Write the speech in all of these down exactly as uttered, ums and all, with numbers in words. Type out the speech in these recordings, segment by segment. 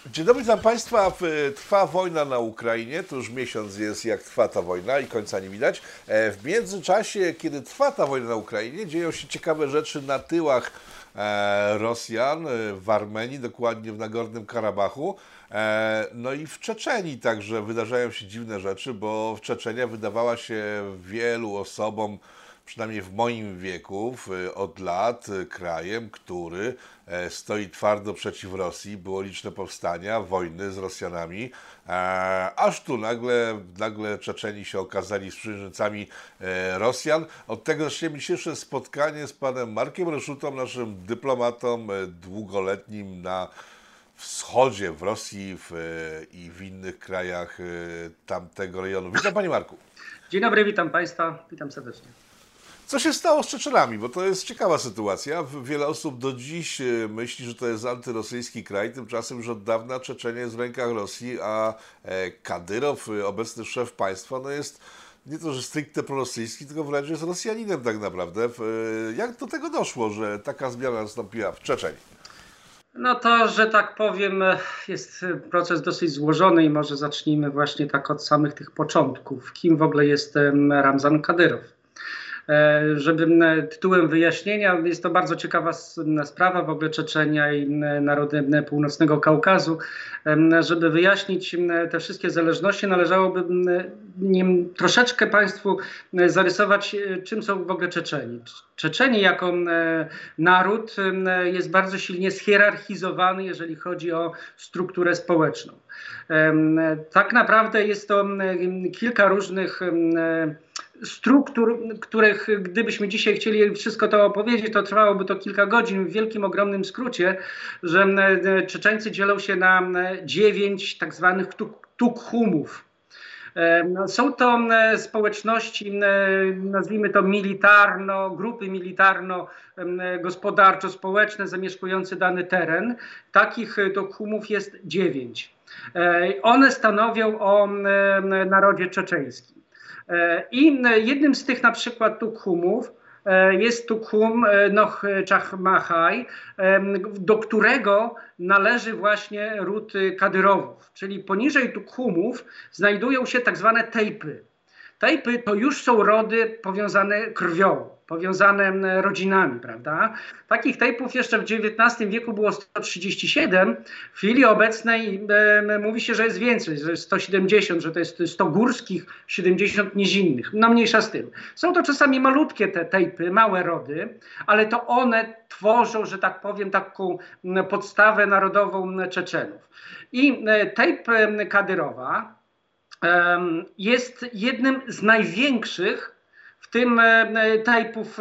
Dzień dobry, witam Państwa. Trwa wojna na Ukrainie, to już miesiąc jest jak trwa ta wojna i końca nie widać. W międzyczasie, kiedy trwa ta wojna na Ukrainie, dzieją się ciekawe rzeczy na tyłach Rosjan w Armenii, dokładnie w Nagornym Karabachu. No i w Czeczenii także wydarzają się dziwne rzeczy, bo Czeczenia wydawała się wielu osobom, przynajmniej w moim wieku, od lat krajem, który stoi twardo przeciw Rosji. Było liczne powstania, wojny z Rosjanami, aż tu nagle, nagle Czeczeni się okazali sprzymierzeńcami Rosjan. Od tego zaczniemy dzisiejsze spotkanie z panem Markiem Reszutą, naszym dyplomatą długoletnim na wschodzie, w Rosji w, i w innych krajach tamtego rejonu. Witam, panie Marku. Dzień dobry, witam Państwa, witam serdecznie. Co się stało z Czeczenami? Bo to jest ciekawa sytuacja. Wiele osób do dziś myśli, że to jest antyrosyjski kraj, tymczasem już od dawna Czeczenia jest w rękach Rosji, a Kadyrow, obecny szef państwa, no jest nie to, że stricte prorosyjski, tylko wręcz jest Rosjaninem tak naprawdę. Jak do tego doszło, że taka zmiana nastąpiła w Czeczenii? No to, że tak powiem, jest proces dosyć złożony i może zacznijmy właśnie tak od samych tych początków. Kim w ogóle jest Ramzan Kadyrow? Żeby tytułem wyjaśnienia, jest to bardzo ciekawa sprawa w ogóle Czeczenia i narody Północnego Kaukazu. Żeby wyjaśnić te wszystkie zależności, należałoby nim troszeczkę Państwu zarysować, czym są w ogóle Czeczeni. Czeczeni jako naród jest bardzo silnie schierarchizowany, jeżeli chodzi o strukturę społeczną. Tak naprawdę jest to kilka różnych struktur, których gdybyśmy dzisiaj chcieli wszystko to opowiedzieć, to trwałoby to kilka godzin w wielkim, ogromnym skrócie, że Czeczeńcy dzielą się na dziewięć tak zwanych tukhumów. Są to społeczności, nazwijmy to militarno, grupy militarno-gospodarczo-społeczne zamieszkujące dany teren. Takich tukhumów jest dziewięć. One stanowią o narodzie czeczeńskim. I jednym z tych na przykład tukhumów jest tukhum Noh Chachmachaj, do którego należy właśnie ród Kadyrowów. Czyli poniżej tukhumów znajdują się tak zwane tejpy. Tejpy to już są rody powiązane krwią, powiązane rodzinami, prawda? Takich tejpów jeszcze w dziewiętnastym wieku było sto trzydzieści siedem. W chwili obecnej e, mówi się, że jest więcej, że jest sto siedemdziesiąt, że to jest sto górskich, siedemdziesiąt nizinnych. No mniejsza z tym. Są to czasami malutkie te tejpy, małe rody, ale to one tworzą, że tak powiem, taką podstawę narodową Czeczenów. I tejp Kadyrowa jest jednym z największych w tym tejpów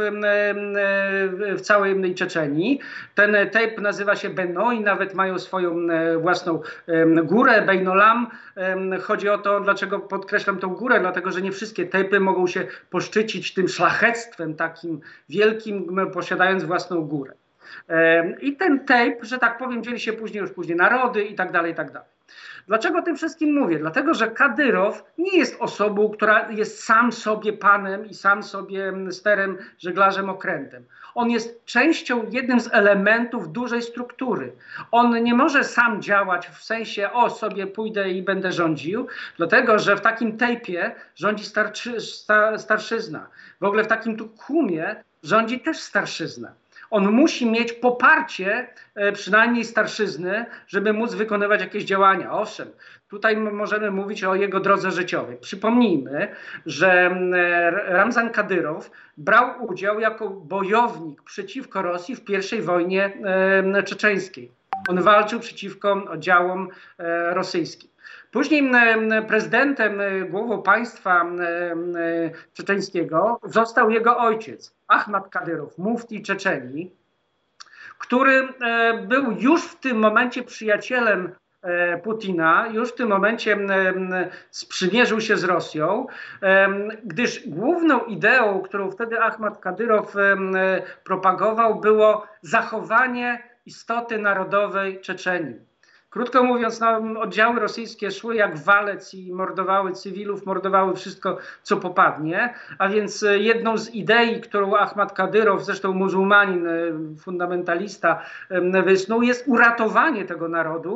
w całej Czeczenii. Ten tejp nazywa się Beno i nawet mają swoją własną górę, Bejnolam. Chodzi o to, dlaczego podkreślam tą górę, dlatego że nie wszystkie tejpy mogą się poszczycić tym szlachectwem takim wielkim, posiadając własną górę. I ten tejp, że tak powiem, dzieli się później już później narody i tak dalej, i tak dalej. Dlaczego o tym wszystkim mówię? Dlatego, że Kadyrow nie jest osobą, która jest sam sobie panem i sam sobie sterem, żeglarzem, okrętem. On jest częścią, jednym z elementów dużej struktury. On nie może sam działać w sensie, o sobie pójdę i będę rządził, dlatego, że w takim tejpie rządzi starczy, sta, starszyzna. W ogóle w takim tukhumie rządzi też starszyzna. On musi mieć poparcie e, przynajmniej starszyzny, żeby móc wykonywać jakieś działania. Owszem, tutaj możemy mówić o jego drodze życiowej. Przypomnijmy, że e, Ramzan Kadyrow brał udział jako bojownik przeciwko Rosji w pierwszej wojnie e, czeczeńskiej. On walczył przeciwko oddziałom e, rosyjskim. Później prezydentem, głową państwa czeczeńskiego został jego ojciec, Ahmad Kadyrow, mufti Czeczenii, który był już w tym momencie przyjacielem Putina, już w tym momencie sprzymierzył się z Rosją, gdyż główną ideą, którą wtedy Ahmad Kadyrow propagował, było zachowanie istoty narodowej Czeczenii. Krótko mówiąc, no, oddziały rosyjskie szły jak walec i mordowały cywilów, mordowały wszystko, co popadnie. A więc jedną z idei, którą Ahmad Kadyrow, zresztą muzułmanin, fundamentalista, wysnuł, jest uratowanie tego narodu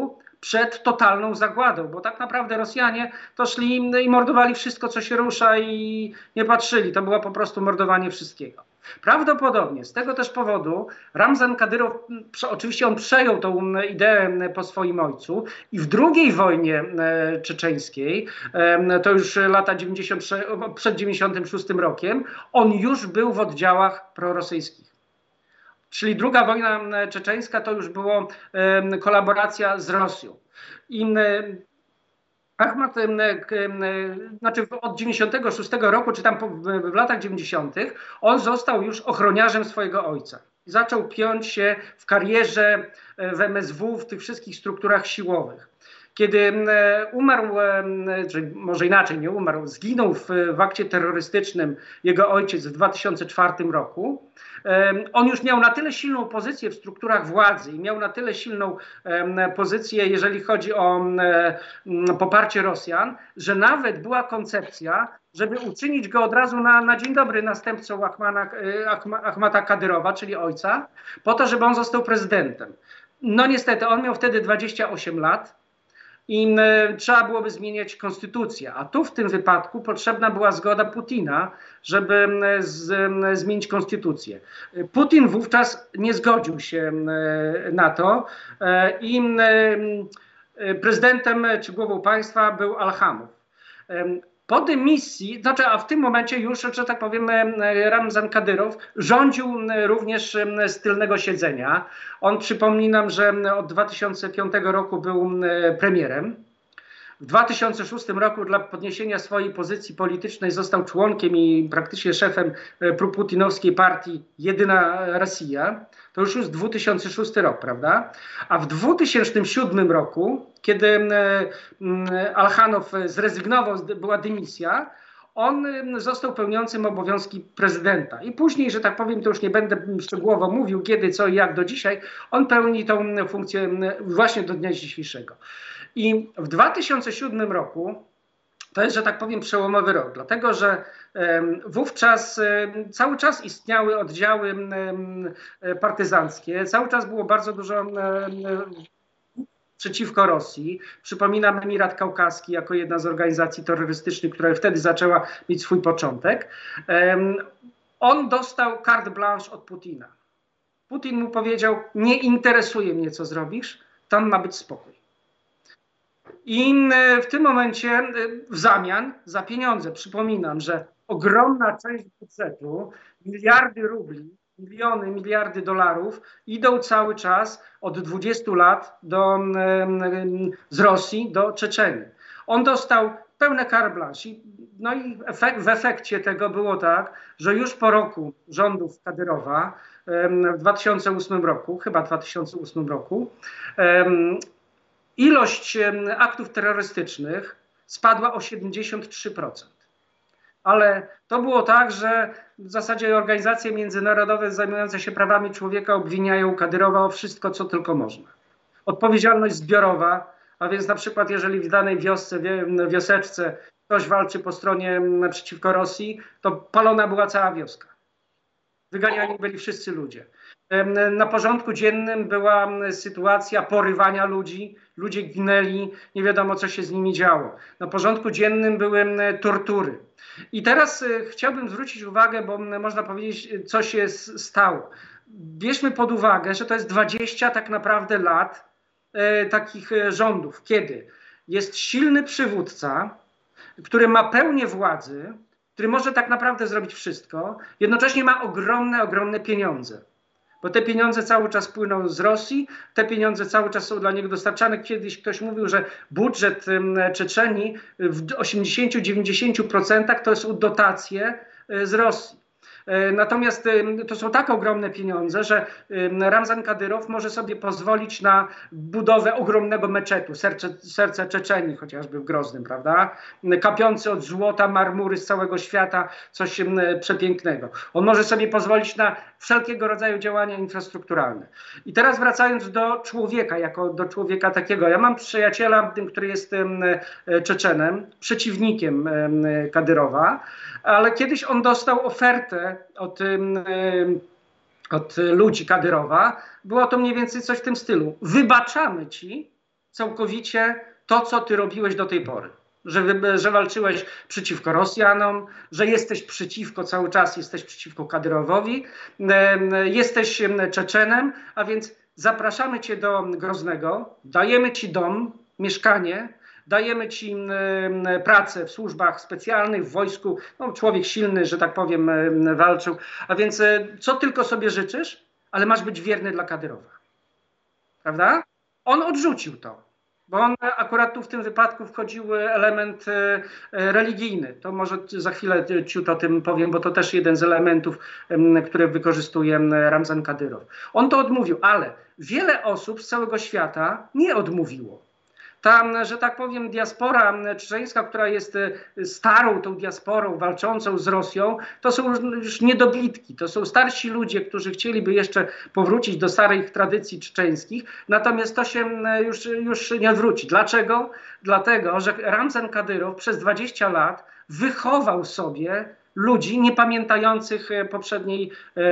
przed totalną zagładą, bo tak naprawdę Rosjanie to szli i mordowali wszystko, co się rusza i nie patrzyli. To było po prostu mordowanie wszystkiego. Prawdopodobnie z tego też powodu Ramzan Kadyrow, oczywiście on przejął tą ideę po swoim ojcu i w drugiej wojnie czeczeńskiej, to już lata dziewięćdziesiąte, przed dziewięćdziesiątym szóstym rokiem, on już był w oddziałach prorosyjskich. Czyli druga wojna czeczeńska to już była kolaboracja z Rosją. I Ahmad, znaczy od dziewięćdziesiątego szóstego roku, czy tam w latach dziewięćdziesiątych, on został już ochroniarzem swojego ojca. I zaczął piąć się w karierze w M S W, w tych wszystkich strukturach siłowych. Kiedy umarł, czy może inaczej, nie umarł, zginął w, w akcie terrorystycznym jego ojciec w dwa tysiące czwartym roku, on już miał na tyle silną pozycję w strukturach władzy i miał na tyle silną pozycję, jeżeli chodzi o poparcie Rosjan, że nawet była koncepcja, żeby uczynić go od razu na, na dzień dobry następcą Ahmana, Ahmata Kadyrowa, czyli ojca, po to, żeby on został prezydentem. No niestety, on miał wtedy dwadzieścia osiem lat. I trzeba byłoby zmieniać konstytucję, a tu w tym wypadku potrzebna była zgoda Putina, żeby z, zmienić konstytucję. Putin wówczas nie zgodził się na to i prezydentem czy głową państwa był Alhamow. Po dymisji, znaczy, a w tym momencie już, że tak powiem, Ramzan Kadyrow rządził również z tylnego siedzenia. On, przypominam, że od dwa tysiące piątego roku był premierem. W dwa tysiące szóstym roku dla podniesienia swojej pozycji politycznej został członkiem i praktycznie szefem proputinowskiej partii Jedyna Rosja. To już jest dwa tysiące szósty rok, prawda? A w dwa tysiące siódmym roku, kiedy Alhanow zrezygnował, była dymisja, on został pełniącym obowiązki prezydenta. I później, że tak powiem, to już nie będę szczegółowo mówił, kiedy, co i jak do dzisiaj, on pełni tą funkcję właśnie do dnia dzisiejszego. I w dwa tysiące siódmym roku to jest, że tak powiem, przełomowy rok, dlatego że um, wówczas um, cały czas istniały oddziały um, partyzanckie, cały czas było bardzo dużo um, przeciwko Rosji. Przypominam Emirat Kaukaski jako jedna z organizacji terrorystycznych, która wtedy zaczęła mieć swój początek. Um, on dostał carte blanche od Putina. Putin mu powiedział: nie interesuje mnie, co zrobisz, tam ma być spokój. I w tym momencie w zamian za pieniądze, przypominam, że ogromna część budżetu, miliardy rubli, miliony, miliardy dolarów idą cały czas od dwudziestu lat do, z Rosji do Czeczenii. On dostał pełne carte blanche. No i efekt, w efekcie tego było tak, że już po roku rządów Kadyrowa w dwa tysiące ósmym roku, chyba w dwa tysiące ósmym roku, ilość aktów terrorystycznych spadła o siedemdziesiąt trzy procent. Ale to było tak, że w zasadzie organizacje międzynarodowe zajmujące się prawami człowieka obwiniają Kadyrowa o wszystko, co tylko można. Odpowiedzialność zbiorowa, a więc na przykład jeżeli w danej wiosce, wioseczce ktoś walczy po stronie przeciwko Rosji, to palona była cała wioska. Wyganiani byli wszyscy ludzie. Na porządku dziennym była sytuacja porywania ludzi, ludzie ginęli, nie wiadomo, co się z nimi działo. Na porządku dziennym były tortury. I teraz chciałbym zwrócić uwagę, bo można powiedzieć, co się stało. Bierzmy pod uwagę, że to jest dwadzieścia tak naprawdę lat e, takich rządów, kiedy jest silny przywódca, który ma pełnię władzy, który może tak naprawdę zrobić wszystko, jednocześnie ma ogromne, ogromne pieniądze. Bo te pieniądze cały czas płyną z Rosji, te pieniądze cały czas są dla niego dostarczane. Kiedyś ktoś mówił, że budżet Czeczenii w osiemdziesięciu do dziewięćdziesięciu procent to są dotacje z Rosji. Natomiast to są tak ogromne pieniądze, że Ramzan Kadyrow może sobie pozwolić na budowę ogromnego meczetu, serce, serce Czeczenii, chociażby w Groznym, prawda? Kapiący od złota marmury z całego świata, coś przepięknego. On może sobie pozwolić na wszelkiego rodzaju działania infrastrukturalne. I teraz wracając do człowieka, jako do człowieka takiego. Ja mam przyjaciela, który jest Czeczenem, przeciwnikiem Kadyrowa, ale kiedyś on dostał ofertę od, od ludzi Kadyrowa. Było to mniej więcej coś w tym stylu. Wybaczamy ci całkowicie to, co ty robiłeś do tej pory. Że, że walczyłeś przeciwko Rosjanom, że jesteś przeciwko, cały czas jesteś przeciwko Kadyrowowi, jesteś Czeczenem, a więc zapraszamy cię do Groznego, dajemy ci dom, mieszkanie, dajemy ci pracę w służbach specjalnych, w wojsku, no, człowiek silny, że tak powiem, walczył, a więc co tylko sobie życzysz, ale masz być wierny dla Kadyrowa. Prawda? On odrzucił to. Bo on akurat tu w tym wypadku wchodził element religijny. To może za chwilę ciut o tym powiem, bo to też jeden z elementów, które wykorzystuje Ramzan Kadyrow. On to odmówił, ale wiele osób z całego świata nie odmówiło. Ta, że tak powiem, diaspora czeczeńska, która jest starą tą diasporą walczącą z Rosją, to są już niedobitki, to są starsi ludzie, którzy chcieliby jeszcze powrócić do starych tradycji czeczeńskich, natomiast to się już, już nie odwróci. Dlaczego? Dlatego, że Ramzan Kadyrow przez dwadzieścia lat wychował sobie ludzi niepamiętających poprzedniej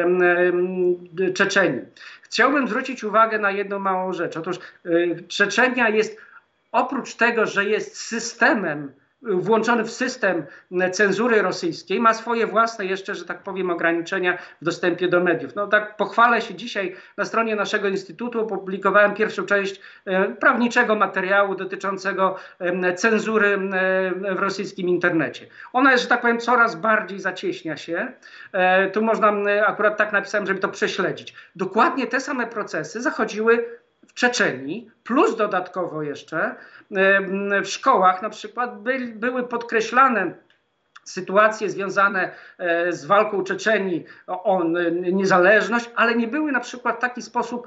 Czeczenii. Chciałbym zwrócić uwagę na jedną małą rzecz. Otóż Czeczenia jest, oprócz tego, że jest systemem, włączony w system cenzury rosyjskiej, ma swoje własne jeszcze, że tak powiem, ograniczenia w dostępie do mediów. No tak pochwalę się, dzisiaj na stronie naszego instytutu opublikowałem pierwszą część prawniczego materiału dotyczącego cenzury w rosyjskim internecie. Ona jest, że tak powiem, coraz bardziej zacieśnia się. Tu można, akurat tak napisałem, żeby to prześledzić. Dokładnie te same procesy zachodziły w Czeczenii, plus dodatkowo jeszcze w szkołach na przykład by, były podkreślane sytuacje związane z walką Czeczenii o niezależność, ale nie były na przykład w taki sposób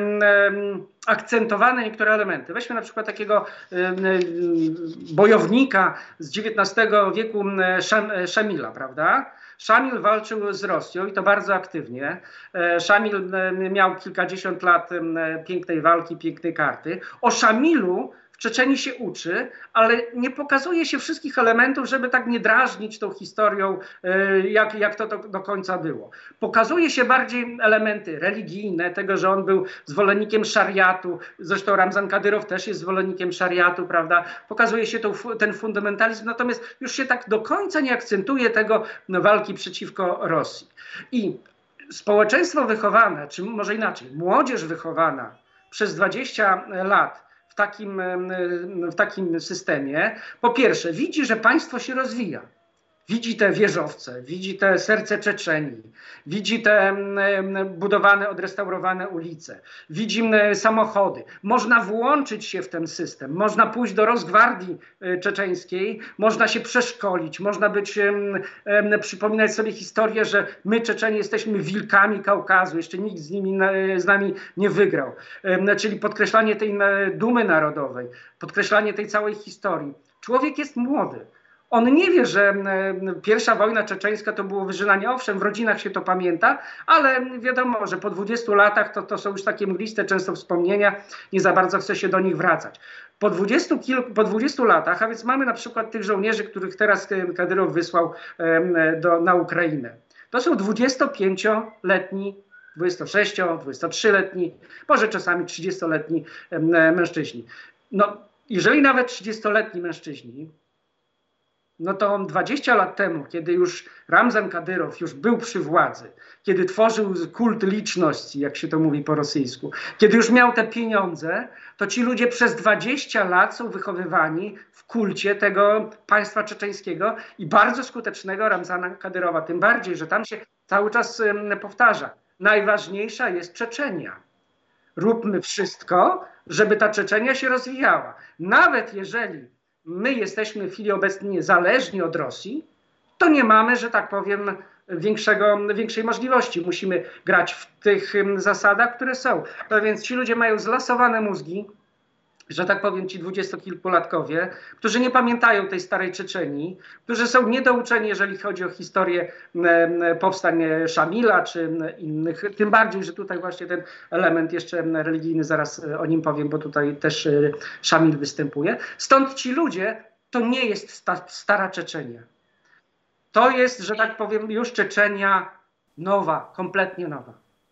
akcentowane niektóre elementy. Weźmy na przykład takiego bojownika z dziewiętnastego wieku Szamila, prawda? Szamil walczył z Rosją i to bardzo aktywnie. Szamil miał kilkadziesiąt lat pięknej walki, pięknej karty. O Szamilu w Czeczenii się uczy, ale nie pokazuje się wszystkich elementów, żeby tak nie drażnić tą historią, jak, jak to, to do końca było. Pokazuje się bardziej elementy religijne, tego, że on był zwolennikiem szariatu, zresztą Ramzan Kadyrow też jest zwolennikiem szariatu, prawda? Pokazuje się to, ten fundamentalizm, natomiast już się tak do końca nie akcentuje tego no, walki przeciwko Rosji. I społeczeństwo wychowane, czy może inaczej, młodzież wychowana przez dwadzieścia lat w takim, w takim systemie, po pierwsze widzi, że państwo się rozwija. Widzi te wieżowce, widzi te serce Czeczenii, widzi te budowane, odrestaurowane ulice, widzi samochody. Można włączyć się w ten system, można pójść do Rosgwardii czeczeńskiej, można się przeszkolić, można być, przypominać sobie historię, że my Czeczeni jesteśmy wilkami Kaukazu, jeszcze nikt z nimi, z nami nie wygrał. Czyli podkreślanie tej dumy narodowej, podkreślanie tej całej historii. Człowiek jest młody. On nie wie, że pierwsza wojna czeczeńska to było wyżynanie. Owszem, w rodzinach się to pamięta, ale wiadomo, że po dwudziestu latach to, to są już takie mgliste często wspomnienia, nie za bardzo chce się do nich wracać. Po dwudziestu, kilku, po dwudziestu latach, a więc mamy na przykład tych żołnierzy, których teraz Kadyrow wysłał do, na Ukrainę. To są dwudziestopięcioletni, dwudziestosześcio-, dwudziestotrzyletni, może czasami trzydziestoletni mężczyźni. No, jeżeli nawet trzydziestoletni mężczyźni, no to dwadzieścia lat temu, kiedy już Ramzan Kadyrow już był przy władzy, kiedy tworzył kult liczności, jak się to mówi po rosyjsku, kiedy już miał te pieniądze, to ci ludzie przez dwadzieścia lat są wychowywani w kulcie tego państwa czeczeńskiego i bardzo skutecznego Ramzana Kadyrowa. Tym bardziej, że tam się cały czas powtarza. Najważniejsza jest Czeczenia. Róbmy wszystko, żeby ta Czeczenia się rozwijała. Nawet jeżeli my jesteśmy w chwili obecnej zależni od Rosji, to nie mamy, że tak powiem, większego, większej możliwości. Musimy grać w tych zasadach, które są. No więc ci ludzie mają zlasowane mózgi, że tak powiem, ci dwudziestokilkulatkowie, którzy nie pamiętają tej starej Czeczenii, którzy są niedouczeni, jeżeli chodzi o historię powstań Szamila czy innych, tym bardziej, że tutaj właśnie ten element jeszcze religijny, zaraz o nim powiem, bo tutaj też Szamil występuje. Stąd ci ludzie, to nie jest sta, stara Czeczenia. To jest, że tak powiem, już Czeczenia nowa, kompletnie nowa.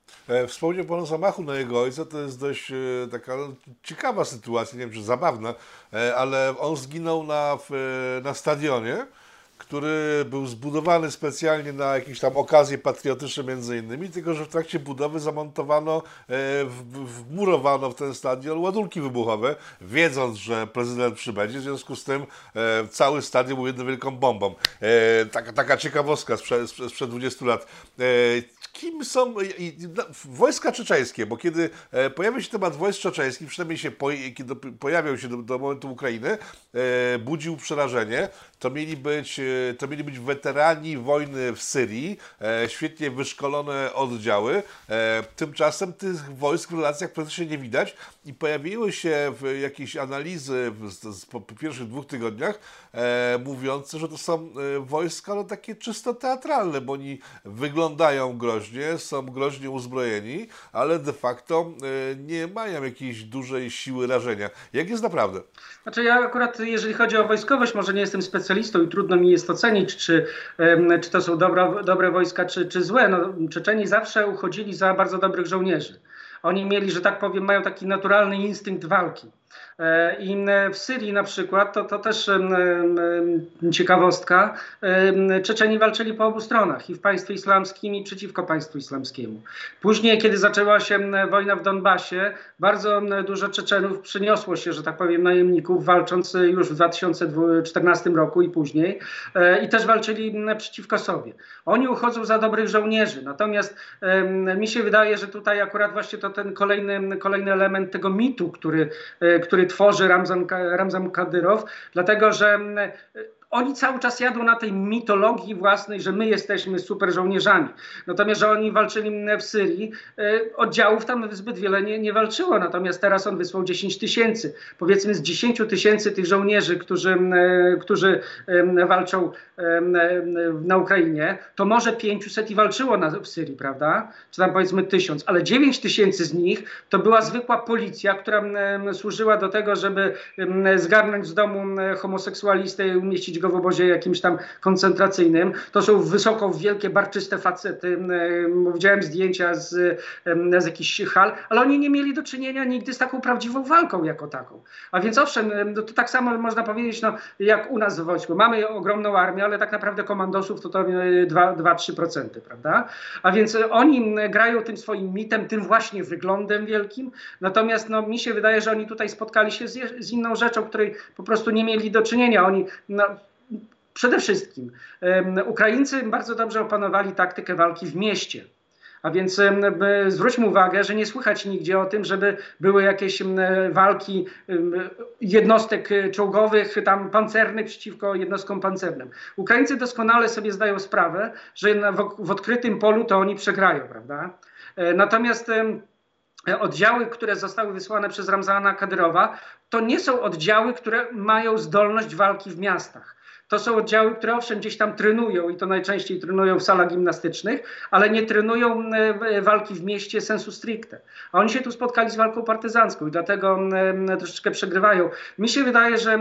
Wspomniał Pan o zamachu na jego ojca, to jest dość taka ciekawa sytuacja, nie wiem czy zabawna, ale on zginął na, na stadionie, który był zbudowany specjalnie na jakieś tam okazje patriotyczne między innymi, tylko że w trakcie budowy zamontowano, wmurowano w ten stadion ładunki wybuchowe, wiedząc, że prezydent przybędzie, w związku z tym cały stadion był jedną wielką bombą. Taka, taka ciekawostka sprzed, sprzed dwudziestu lat. Kim są wojska czeczeńskie? Bo kiedy pojawia się temat wojsk czeczeńskich, przynajmniej się po, kiedy pojawiał się do, do momentu Ukrainy, budził przerażenie. To mieli być, to mieli być weterani wojny w Syrii, świetnie wyszkolone oddziały. Tymczasem tych wojsk w relacjach praktycznie nie widać i pojawiły się jakieś analizy po pierwszych dwóch tygodniach mówiące, że to są wojska no, takie czysto teatralne, bo oni wyglądają groźnie, są groźnie uzbrojeni, ale de facto nie mają jakiejś dużej siły rażenia. Jak jest naprawdę? Znaczy ja akurat, jeżeli chodzi o wojskowość, może nie jestem specjalistą i trudno mi jest ocenić, czy, czy to są dobra, dobre wojska, czy, czy złe. No, Czeczeni zawsze uchodzili za bardzo dobrych żołnierzy. Oni mieli, że tak powiem, mają taki naturalny instynkt walki. I w Syrii na przykład, to, to też ciekawostka, Czeczeni walczyli po obu stronach, i w państwie islamskim, i przeciwko państwu islamskiemu. Później, kiedy zaczęła się wojna w Donbasie, bardzo dużo Czeczenów przyniosło się, że tak powiem, najemników, walcząc już w dwa tysiące czternastym roku i później, i też walczyli przeciwko sobie. Oni uchodzą za dobrych żołnierzy, natomiast mi się wydaje, że tutaj akurat właśnie to ten kolejny, kolejny element tego mitu, który który tworzy Ramzan, Ramzan Kadyrow, dlatego że oni cały czas jadą na tej mitologii własnej, że my jesteśmy super żołnierzami. Natomiast, że oni walczyli w Syrii, oddziałów tam zbyt wiele nie, nie walczyło. Natomiast teraz on wysłał dziesięć tysięcy. Powiedzmy z dziesięciu tysięcy tych żołnierzy, którzy, którzy walczą na Ukrainie, to może pięćset i walczyło na, w Syrii, prawda? Czy tam powiedzmy tysiąc, ale dziewięć tysięcy z nich to była zwykła policja, która służyła do tego, żeby zgarnąć z domu homoseksualistę i umieścić go w obozie jakimś tam koncentracyjnym. To są wysoko wielkie, barczyste facety. Widziałem zdjęcia z, z jakichś hal, ale oni nie mieli do czynienia nigdy z taką prawdziwą walką jako taką. A więc owszem, to tak samo można powiedzieć, no, jak u nas w wojsku. Mamy ogromną armię, ale tak naprawdę komandosów to to dwa do trzech procent, prawda? A więc oni grają tym swoim mitem, tym właśnie wyglądem wielkim. Natomiast no, mi się wydaje, że oni tutaj spotkali się z, z inną rzeczą, której po prostu nie mieli do czynienia. Oni no, przede wszystkim um, Ukraińcy bardzo dobrze opanowali taktykę walki w mieście. A więc um, zwróćmy uwagę, że nie słychać nigdzie o tym, żeby były jakieś um, walki um, jednostek czołgowych, tam pancernych przeciwko jednostkom pancernym. Ukraińcy doskonale sobie zdają sprawę, że na, w, w odkrytym polu to oni przegrają, prawda? E, natomiast um, oddziały, które zostały wysłane przez Ramzana Kadyrowa, to nie są oddziały, które mają zdolność walki w miastach. To są oddziały, które owszem gdzieś tam trenują i to najczęściej trenują w salach gimnastycznych, ale nie trenują walki w mieście sensu stricte. A oni się tu spotkali z walką partyzancką i dlatego troszeczkę przegrywają. Mi się wydaje, że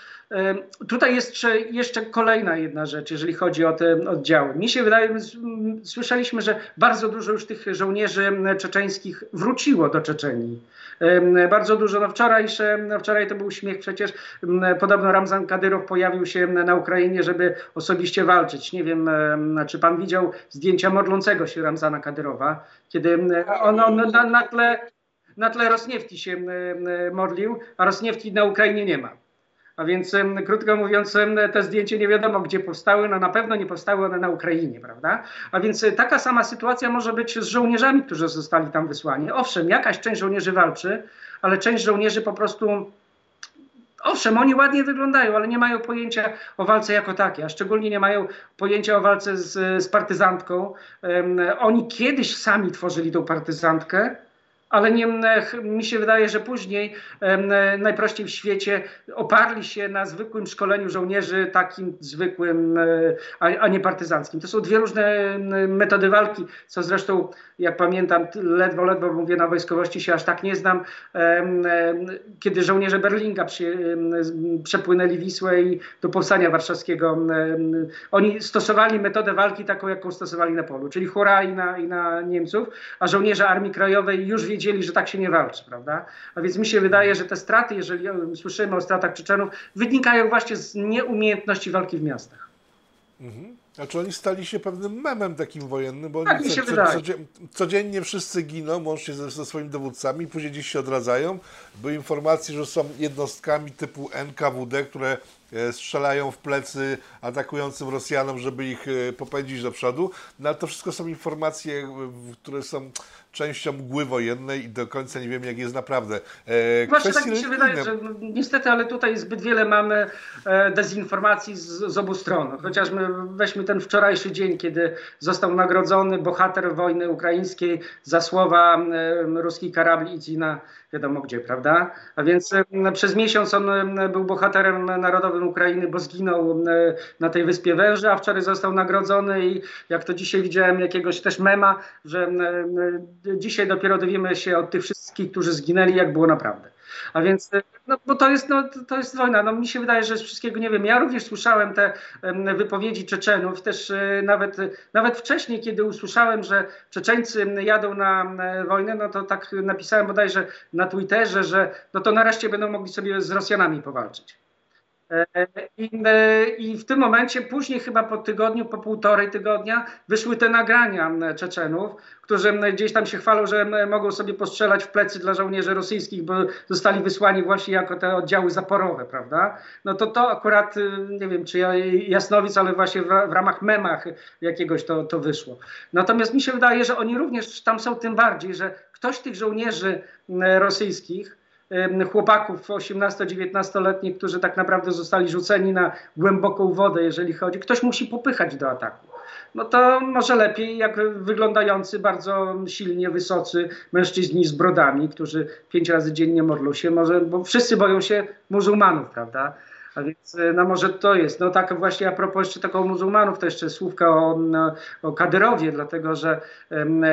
tutaj jest jeszcze kolejna jedna rzecz, jeżeli chodzi o te oddziały. Mi się wydaje, słyszeliśmy, że bardzo dużo już tych żołnierzy czeczeńskich wróciło do Czeczenii. Bardzo dużo, no wczorajsze, no wczoraj to był śmiech przecież, podobno Ramzan Kadyrow pojawił się na Ukrainie, żeby osobiście walczyć. Nie wiem, czy pan widział zdjęcia modlącego się Ramzana Kadyrowa, kiedy on, on na, na, tle, na tle Rosniewti się modlił, a Rosniewti na Ukrainie nie ma. A więc krótko mówiąc, te zdjęcia nie wiadomo gdzie powstały, no na pewno nie powstały one na Ukrainie, prawda? A więc taka sama sytuacja może być z żołnierzami, którzy zostali tam wysłani. Owszem, jakaś część żołnierzy walczy, ale część żołnierzy po prostu, owszem, oni ładnie wyglądają, ale nie mają pojęcia o walce jako takiej, a szczególnie nie mają pojęcia o walce z, z partyzantką. Um, oni kiedyś sami tworzyli tą partyzantkę, Ale nie, mi się wydaje, że później najprościej w świecie oparli się na zwykłym szkoleniu żołnierzy, takim zwykłym, a, a nie partyzanckim. To są dwie różne metody walki, co zresztą, jak pamiętam, ledwo, ledwo mówię, na wojskowości się aż tak nie znam. Kiedy żołnierze Berlinga przy, przepłynęli Wisłę i do Powstania Warszawskiego, oni stosowali metodę walki taką, jaką stosowali na polu, czyli hura i na, i na Niemców, a żołnierze Armii Krajowej już wiedzieli, wiedzieli, że tak się nie walczy, prawda? A więc mi się wydaje, że te straty, jeżeli słyszymy o stratach Czeczenów, wynikają właśnie z nieumiejętności walki w miastach. Mhm. Znaczy oni stali się pewnym memem takim wojennym, bo tak oni mi się co, wydaje. co, codziennie wszyscy giną, łącznie ze, ze swoimi dowódcami, później gdzieś się odradzają. Były informacje, że są jednostkami typu N K W D, które strzelają w plecy atakującym Rosjanom, żeby ich popędzić do przodu. No ale to wszystko są informacje, które są częścią mgły wojennej i do końca nie wiemy, jak jest naprawdę. E, Właśnie tak mi się wydaje, że niestety, ale tutaj zbyt wiele mamy e, dezinformacji z, z obu stron. Chociażby weźmy ten wczorajszy dzień, kiedy został nagrodzony bohater wojny ukraińskiej za słowa e, ruski karabli idź na wiadomo gdzie, prawda? A więc e, przez miesiąc on e, był bohaterem narodowym Ukrainy, bo zginął e, na tej wyspie Węży, a wczoraj został nagrodzony i jak to dzisiaj widziałem jakiegoś też mema, że e, dzisiaj dopiero dowiemy się od tych wszystkich, którzy zginęli, jak było naprawdę. A więc, no bo to jest, no, to jest wojna. No, mi się wydaje, że z wszystkiego nie wiem. Ja również słyszałem te um, wypowiedzi Czeczenów, też e, nawet, nawet wcześniej, kiedy usłyszałem, że Czeczeńcy jadą na e, wojnę, no to tak napisałem bodajże na Twitterze, że no to nareszcie będą mogli sobie z Rosjanami powalczyć. I, I w tym momencie, później chyba po tygodniu, po półtorej tygodnia wyszły te nagrania Czeczenów, którzy gdzieś tam się chwalą, że mogą sobie postrzelać w plecy dla żołnierzy rosyjskich, bo zostali wysłani właśnie jako te oddziały zaporowe, prawda? No to to akurat, nie wiem czy ja jasnowic, ale właśnie w, w ramach memach jakiegoś to, to wyszło. Natomiast mi się wydaje, że oni również tam są tym bardziej, że ktoś tych żołnierzy rosyjskich, chłopaków osiemnasto-dziewiętnastoletnich, którzy tak naprawdę zostali rzuceni na głęboką wodę, jeżeli chodzi. Ktoś musi popychać do ataku. No to może lepiej jak wyglądający bardzo silnie, wysocy mężczyźni z brodami, którzy pięć razy dziennie modlą się, może, bo wszyscy boją się muzułmanów, prawda? A więc no może to jest. No tak właśnie a propos jeszcze tego muzułmanów, to jeszcze słówka o, no, o Kadyrowie, dlatego że um,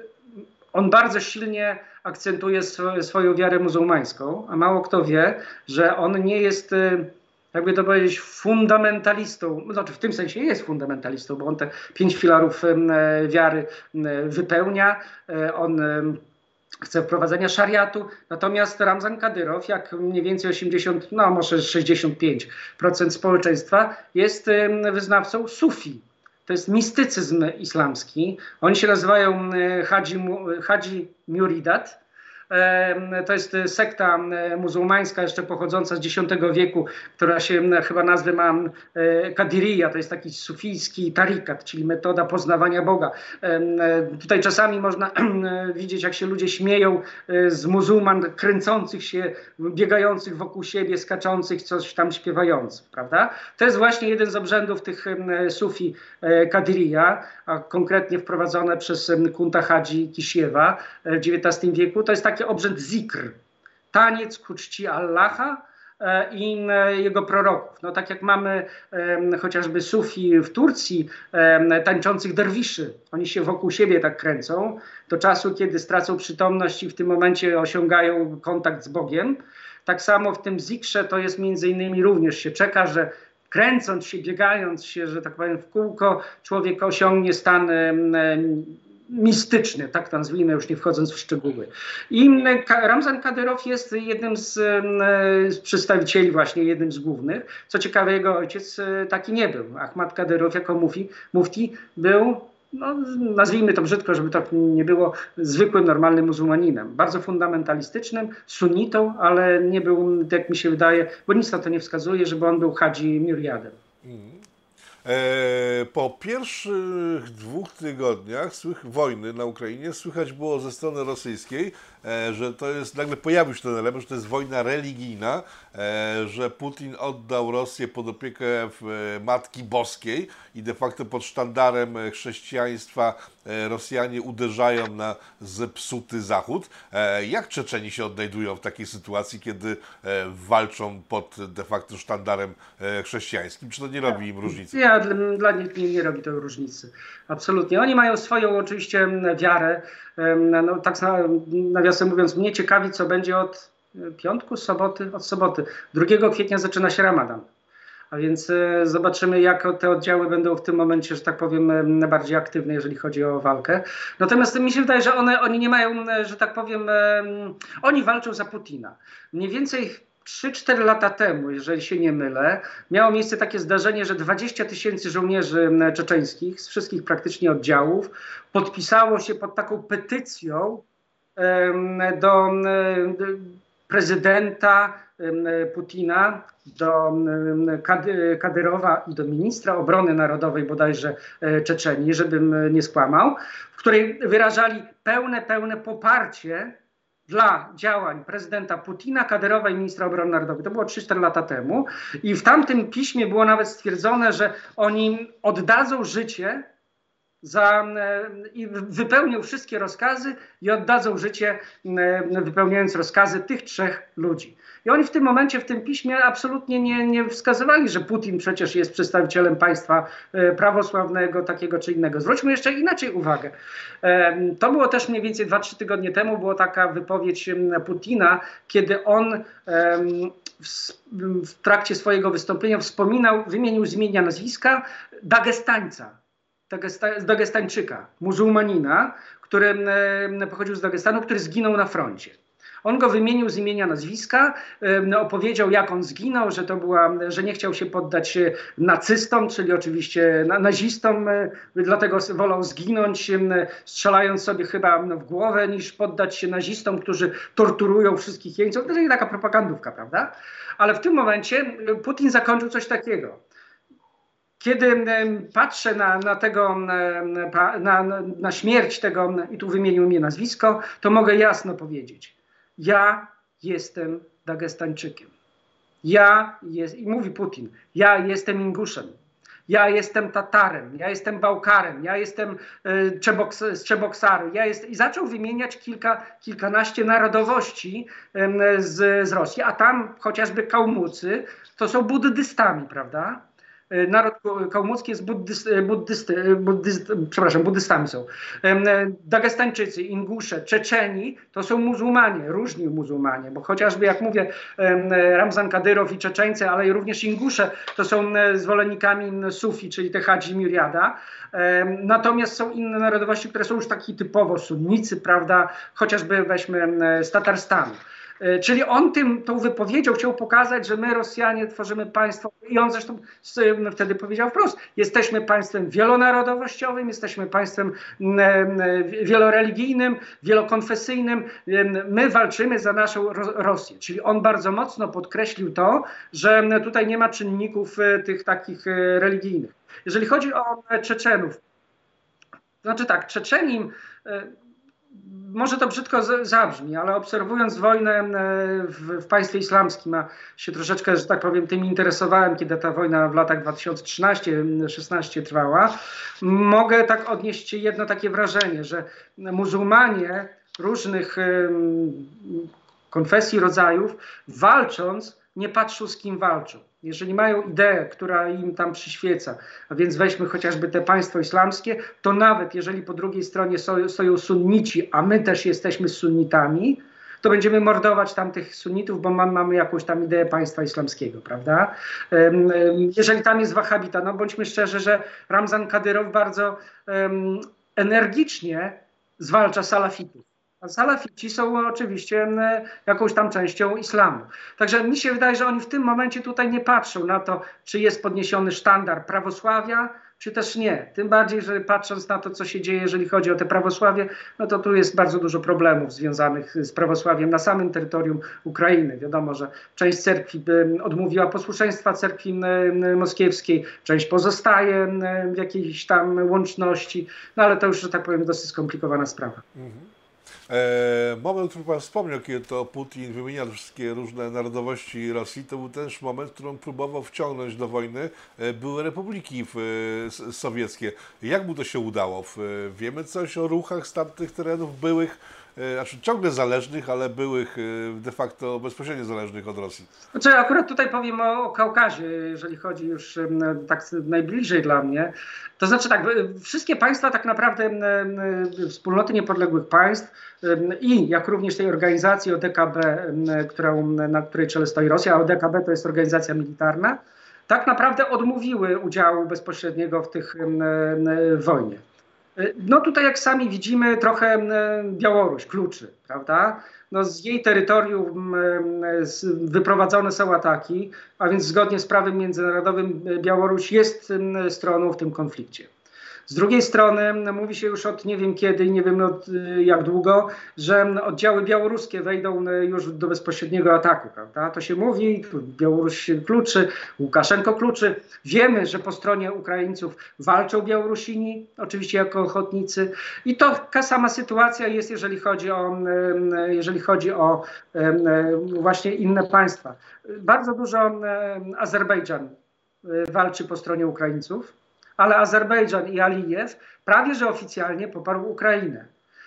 on bardzo silnie akcentuje sw swoją wiarę muzułmańską, a mało kto wie, że on nie jest, jakby to powiedzieć, fundamentalistą, znaczy w tym sensie jest fundamentalistą, bo on te pięć filarów wiary wypełnia, on chce wprowadzenia szariatu, natomiast Ramzan Kadyrow, jak mniej więcej osiemdziesiąt, no może sześćdziesiąt pięć procent społeczeństwa jest wyznawcą sufi. To jest mistycyzm islamski. Oni się nazywają Hadzi, Hadzi Muridat. To jest sekta muzułmańska jeszcze pochodząca z dziesiątego wieku, która się chyba nazwę ma Kadiriya, to jest taki sufijski tarikat, czyli metoda poznawania Boga. Tutaj czasami można widzieć, jak się ludzie śmieją z muzułman kręcących się, biegających wokół siebie, skaczących, coś tam śpiewających, prawda? To jest właśnie jeden z obrzędów tych sufi Kadiriya, a konkretnie wprowadzone przez Kunta Hadzi Kisiewa w dziewiętnastym wieku. To jest taki obrzęd zikr, taniec ku czci Allaha i jego proroków. No tak jak mamy e, chociażby sufi w Turcji, e, tańczących derwiszy, oni się wokół siebie tak kręcą, do czasu, kiedy stracą przytomność i w tym momencie osiągają kontakt z Bogiem. Tak samo w tym zikrze to jest między innymi również się czeka, że kręcąc się, biegając się, że tak powiem w kółko, człowiek osiągnie stan e, mistyczny, tak to nazwijmy, już nie wchodząc w szczegóły. I Ramzan Kadyrow jest jednym z, z przedstawicieli, właśnie jednym z głównych. Co ciekawe, jego ojciec taki nie był. Ahmad Kadyrow jako mufti, mufti był, no, nazwijmy to brzydko, żeby tak nie było, zwykłym, normalnym muzułmaninem. Bardzo fundamentalistycznym, sunnitą, ale nie był, jak mi się wydaje, bo nic na to nie wskazuje, żeby on był Hadzi Muriadem. Mm. Po pierwszych dwóch tygodniach wojny na Ukrainie słychać było ze strony rosyjskiej, że to jest, nagle pojawił się ten element, że to jest wojna religijna, że Putin oddał Rosję pod opiekę Matki Boskiej i de facto pod sztandarem chrześcijaństwa Rosjanie uderzają na zepsuty Zachód. Jak Czeczeni się odnajdują w takiej sytuacji, kiedy walczą pod de facto sztandarem chrześcijańskim? Czy to nie robi im różnicy? Ja, dla, dla nich nie, nie robi to różnicy. Absolutnie. Oni mają swoją oczywiście wiarę. No, tak nawiasem mówiąc, mnie ciekawi, co będzie od piątku, soboty, od soboty. drugiego kwietnia zaczyna się Ramadan. A więc e, zobaczymy, jak te oddziały będą w tym momencie, że tak powiem, najbardziej aktywne, jeżeli chodzi o walkę. Natomiast mi się wydaje, że one, oni nie mają, że tak powiem, e, oni walczą za Putina. Mniej więcej trzy cztery lata temu, jeżeli się nie mylę, miało miejsce takie zdarzenie, że dwadzieścia tysięcy żołnierzy czeczeńskich z wszystkich praktycznie oddziałów podpisało się pod taką petycją e, do e, prezydenta Putina, do Kadyrowa i do ministra obrony narodowej bodajże Czeczenii, żebym nie skłamał, w której wyrażali pełne, pełne poparcie dla działań prezydenta Putina, Kadyrowa i ministra obrony narodowej. To było trzy cztery lata temu i w tamtym piśmie było nawet stwierdzone, że oni oddadzą życie Za, i wypełnią wszystkie rozkazy i oddadzą życie, wypełniając rozkazy tych trzech ludzi. I oni w tym momencie, w tym piśmie absolutnie nie, nie wskazywali, że Putin przecież jest przedstawicielem państwa prawosławnego, takiego czy innego. Zwróćmy jeszcze inaczej uwagę. To było też mniej więcej dwa trzy tygodnie temu, była taka wypowiedź Putina, kiedy on w, w trakcie swojego wystąpienia wspominał, wymienił z imienia nazwiska Dagestańca. Dagestańczyka, muzułmanina, który pochodził z Dagestanu, który zginął na froncie. On go wymienił z imienia nazwiska, opowiedział, jak on zginął, że to była, że nie chciał się poddać nacystom, czyli oczywiście nazistom, dlatego wolał zginąć, strzelając sobie chyba w głowę, niż poddać się nazistom, którzy torturują wszystkich jeńców. To jest taka propagandówka, prawda? Ale w tym momencie Putin zakończył coś takiego. Kiedy patrzę na, na, tego, na, na, na śmierć tego, i tu wymienił mnie nazwisko, to mogę jasno powiedzieć: ja jestem Dagestańczykiem. Ja jest, i mówi Putin, ja jestem Inguszem, ja jestem Tatarem, ja jestem Bałkarem, ja jestem y, Czeboks, z Czeboksaru. Ja jest, i zaczął wymieniać kilka, kilkanaście narodowości y, z, z Rosji, a tam chociażby Kałmucy to są buddystami, prawda? Naród kałmucki jest buddysty, buddysty, buddysty, przepraszam, buddystami są. Dagestańczycy, Ingusze, Czeczeni to są muzułmanie, różni muzułmanie, bo chociażby jak mówię Ramzan Kadyrow i Czeczeńcy, ale również Ingusze to są zwolennikami Sufi, czyli te Hadzi Miriada. Natomiast są inne narodowości, które są już taki typowo sunnicy, prawda, chociażby weźmy z Tatarstanu. Czyli on tym, tą wypowiedzią chciał pokazać, że my Rosjanie tworzymy państwo i on zresztą wtedy powiedział wprost, jesteśmy państwem wielonarodowościowym, jesteśmy państwem wieloreligijnym, wielokonfesyjnym, my walczymy za naszą Rosję. Czyli on bardzo mocno podkreślił to, że tutaj nie ma czynników tych takich religijnych. Jeżeli chodzi o Czeczenów, to znaczy tak, Czeczeni, może to brzydko zabrzmi, ale obserwując wojnę w, w państwie islamskim, a się troszeczkę, że tak powiem, tym interesowałem, kiedy ta wojna w latach dwa tysiące trzynastym do dwa tysiące szesnastego trwała, mogę tak odnieść jedno takie wrażenie, że muzułmanie różnych konfesji, rodzajów, walcząc, nie patrzą, z kim walczą. Jeżeli mają ideę, która im tam przyświeca, a więc weźmy chociażby te państwo islamskie, to nawet jeżeli po drugiej stronie stoją sunnici, a my też jesteśmy sunnitami, to będziemy mordować tamtych sunnitów, bo mamy jakąś tam ideę państwa islamskiego, prawda? Jeżeli tam jest wahabita, no bądźmy szczerzy, że Ramzan Kadyrow bardzo um, energicznie zwalcza salafitów. A salafici są oczywiście jakąś tam częścią islamu. Także mi się wydaje, że oni w tym momencie tutaj nie patrzą na to, czy jest podniesiony sztandar prawosławia, czy też nie. Tym bardziej, że patrząc na to, co się dzieje, jeżeli chodzi o te prawosławie, no to tu jest bardzo dużo problemów związanych z prawosławiem na samym terytorium Ukrainy. Wiadomo, że część cerkwi odmówiła posłuszeństwa cerkwi moskiewskiej, część pozostaje w jakiejś tam łączności, no ale to już, że tak powiem, dosyć skomplikowana sprawa. Mhm. E, moment, który Pan wspomniał, kiedy to Putin wymieniał wszystkie różne narodowości Rosji, to był też moment, w którym próbował wciągnąć do wojny e, były republiki w, e, sowieckie. Jak mu to się udało? W, e, wiemy coś o ruchach z tamtych terenów byłych, e, znaczy ciągle zależnych, ale byłych e, de facto bezpośrednio zależnych od Rosji? Znaczy, akurat tutaj powiem o, o Kaukazie, jeżeli chodzi już em, tak najbliżej dla mnie. To znaczy tak, w- wszystkie państwa tak naprawdę em, em, wspólnoty niepodległych państw em, i jak również tej organizacji O D K B, em, którą, na której czele stoi Rosja, a O D K B to jest organizacja militarna, tak naprawdę odmówiły udziału bezpośredniego w tych em, em, wojnie. No tutaj jak sami widzimy trochę em, Białoruś kluczy, prawda? No z jej terytorium em, z- wyprowadzone są ataki, a więc zgodnie z prawem międzynarodowym e, Białoruś jest em, stroną w tym konflikcie. Z drugiej strony no, mówi się już od nie wiem kiedy i nie wiem od y, jak długo, że m, oddziały białoruskie wejdą y, już do bezpośredniego ataku, prawda? To się mówi, tu Białoruś się kluczy, Łukaszenko kluczy. Wiemy, że po stronie Ukraińców walczą Białorusini, oczywiście jako ochotnicy. I to taka sama sytuacja jest, jeżeli chodzi o, em, jeżeli chodzi o em, właśnie inne państwa. Bardzo dużo em, Azerbejdżan y, walczy po stronie Ukraińców, ale Azerbejdżan i Alijew prawie że oficjalnie poparł Ukrainę.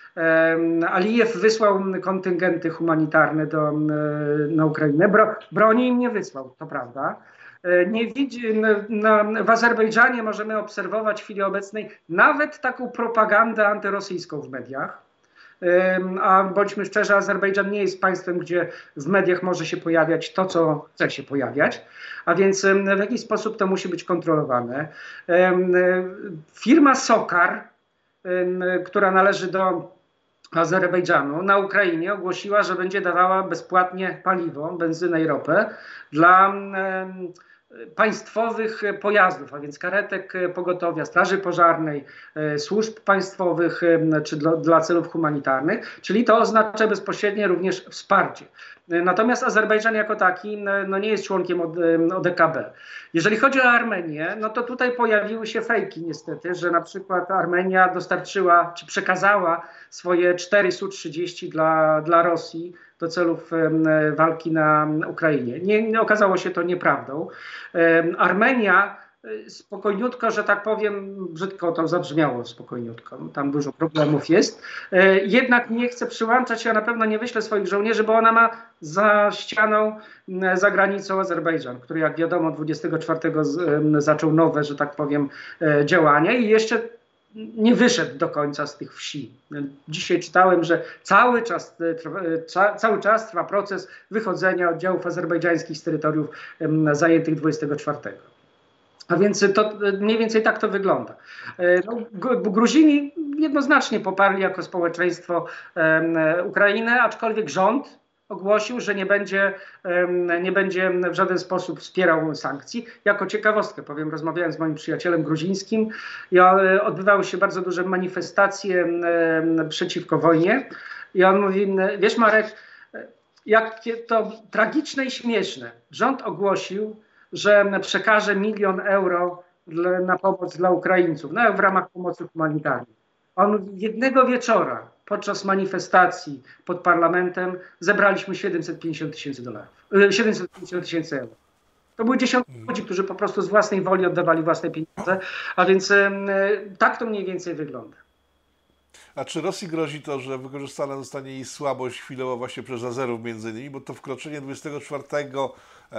Em, Alijew wysłał kontyngenty humanitarne do, em, na Ukrainę. Bro, broni im nie wysłał, to prawda. E, Nie widzi, na, na, w Azerbejdżanie możemy obserwować w chwili obecnej nawet taką propagandę antyrosyjską w mediach. Em, A bądźmy szczerzy, Azerbejdżan nie jest państwem, gdzie w mediach może się pojawiać to, co chce się pojawiać, a więc em, w jakiś sposób to musi być kontrolowane. Em, e, Firma Sokar, em, która należy do Azerbejdżanu, na Ukrainie ogłosiła, że będzie dawała bezpłatnie paliwo, benzynę i ropę dla em, państwowych pojazdów, a więc karetek pogotowia, straży pożarnej, e, służb państwowych e, czy dla, dla celów humanitarnych, czyli to oznacza bezpośrednie również wsparcie. E, Natomiast Azerbejdżan jako taki e, no nie jest członkiem od- e, O D K B. Jeżeli chodzi o Armenię, no to tutaj pojawiły się fejki niestety, że na przykład Armenia dostarczyła czy przekazała swoje cztery S U trzydzieści dla, dla Rosji do celów em, walki na Ukrainie. Nie, nie okazało się to nieprawdą. Em, Armenia e, spokojniutko, że tak powiem, brzydko to zabrzmiało spokojniutko, tam dużo problemów jest, e, jednak nie chce przyłączać się, a na pewno nie wyśle swoich żołnierzy, bo ona ma za ścianą, m, za granicą Azerbejdżan, który jak wiadomo dwudziestego czwartego z, em, zaczął nowe, że tak powiem, e, działania i jeszcze nie wyszedł do końca z tych wsi. Dzisiaj czytałem, że cały czas, e, trwa, e, ca, cały czas trwa proces wychodzenia oddziałów azerbejdżańskich z terytoriów em, zajętych dwudziestego czwartego. A więc to e, mniej więcej tak to wygląda. E, No, G- Gruzini jednoznacznie poparli jako społeczeństwo em, e, Ukrainę, aczkolwiek rząd ogłosił, że nie będzie, em, nie będzie w żaden sposób wspierał sankcji. Jako ciekawostkę powiem, rozmawiałem z moim przyjacielem gruzińskim i e, odbywały się bardzo duże manifestacje em, przeciwko wojnie i on mówi, wiesz Marek, e, jakie to tragiczne i śmieszne. Rząd ogłosił, że przekaże milion euro dla, na pomoc dla Ukraińców, no, w ramach pomocy humanitarnej. On mówi, jednego wieczora podczas manifestacji pod parlamentem zebraliśmy siedemset pięćdziesiąt tysięcy dolarów, e, siedemset pięćdziesiąt tysięcy euro. To były dziesiątki ludzi, którzy po prostu z własnej woli oddawali własne pieniądze, a więc em, e, tak to mniej więcej wygląda. A czy Rosji grozi to, że wykorzystana zostanie jej słabość chwilowo właśnie przez Azerów między innymi, bo to wkroczenie dwudziestego czwartego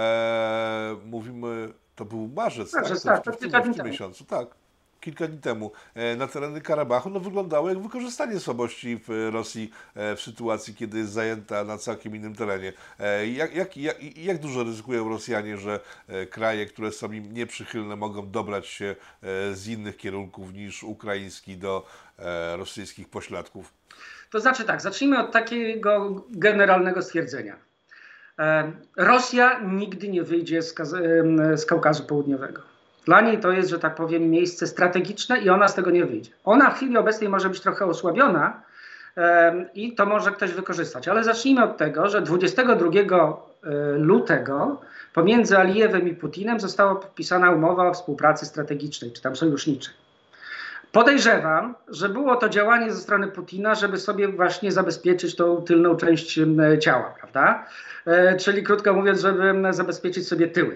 e, mówimy, to był marzec, Marzec, tak? tak, To to w, tym, kilka w dni tym temu. miesiącu, tak. Kilka dni temu e, na tereny Karabachu no, wyglądało jak wykorzystanie słabości w Rosji e, w sytuacji, kiedy jest zajęta na całkiem innym terenie. E, jak, jak, jak, jak dużo ryzykują Rosjanie, że e, kraje, które są im nieprzychylne, mogą dobrać się e, z innych kierunków niż ukraiński do e, rosyjskich pośladków? To znaczy tak, zacznijmy od takiego generalnego stwierdzenia. E, Rosja nigdy nie wyjdzie z, Kaz- em, z Kaukazu Południowego. Dla niej to jest, że tak powiem, miejsce strategiczne i ona z tego nie wyjdzie. Ona w chwili obecnej może być trochę osłabiona em, i to może ktoś wykorzystać. Ale zacznijmy od tego, że dwudziestego drugiego lutego pomiędzy Alijewem i Putinem została podpisana umowa o współpracy strategicznej, czy tam sojuszniczej. Podejrzewam, że było to działanie ze strony Putina, żeby sobie właśnie zabezpieczyć tą tylną część ciała, prawda? Czyli krótko mówiąc, żeby zabezpieczyć sobie tyły.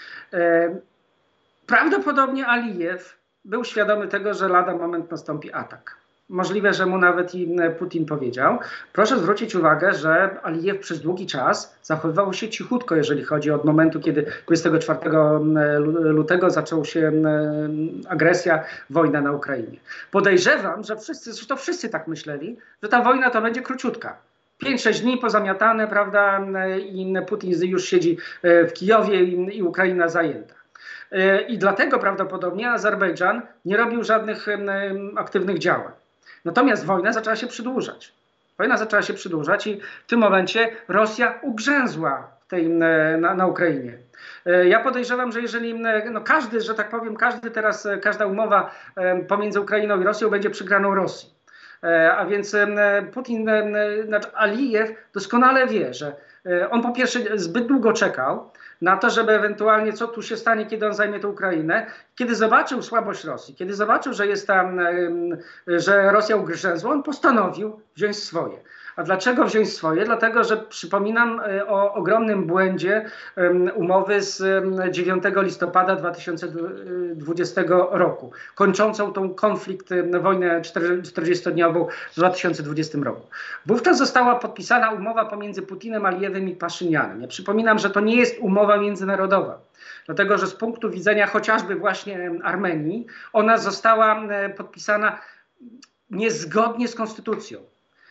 Prawdopodobnie Alijew był świadomy tego, że lada moment nastąpi atak. Możliwe, że mu nawet i Putin powiedział. Proszę zwrócić uwagę, że Alijew przez długi czas zachowywał się cichutko, jeżeli chodzi od momentu, kiedy dwudziestego czwartego lutego zaczęła się agresja, wojna na Ukrainie. Podejrzewam, że wszyscy, zresztą wszyscy tak myśleli, że ta wojna to będzie króciutka. pięć sześć dni pozamiatane, prawda, i Putin już siedzi w Kijowie i Ukraina zajęta. I dlatego prawdopodobnie Azerbejdżan nie robił żadnych aktywnych działań. Natomiast wojna zaczęła się przedłużać. Wojna zaczęła się przedłużać i w tym momencie Rosja ugrzęzła w tej, na, na Ukrainie. Ja podejrzewam, że jeżeli no każdy, że tak powiem, każdy teraz, każda umowa pomiędzy Ukrainą i Rosją będzie przegraną Rosji. A więc Putin, znaczy Alijew doskonale wie, że on po pierwsze zbyt długo czekał na to, żeby ewentualnie co tu się stanie, kiedy on zajmie tę Ukrainę. Kiedy zobaczył słabość Rosji, kiedy zobaczył, że jest tam, że Rosja ugrzęzła, on postanowił wziąć swoje. A dlaczego wziąć swoje? Dlatego, że przypominam o ogromnym błędzie umowy z dziewiątego listopada dwa tysiące dwudziestego roku, kończącą tą konflikt, wojnę czterdziestodniową w dwa tysiące dwudziestym roku. Wówczas została podpisana umowa pomiędzy Putinem, Alijewem i Paszynianem. Ja przypominam, że to nie jest umowa międzynarodowa. Dlatego, że z punktu widzenia chociażby właśnie Armenii, ona została podpisana niezgodnie z konstytucją.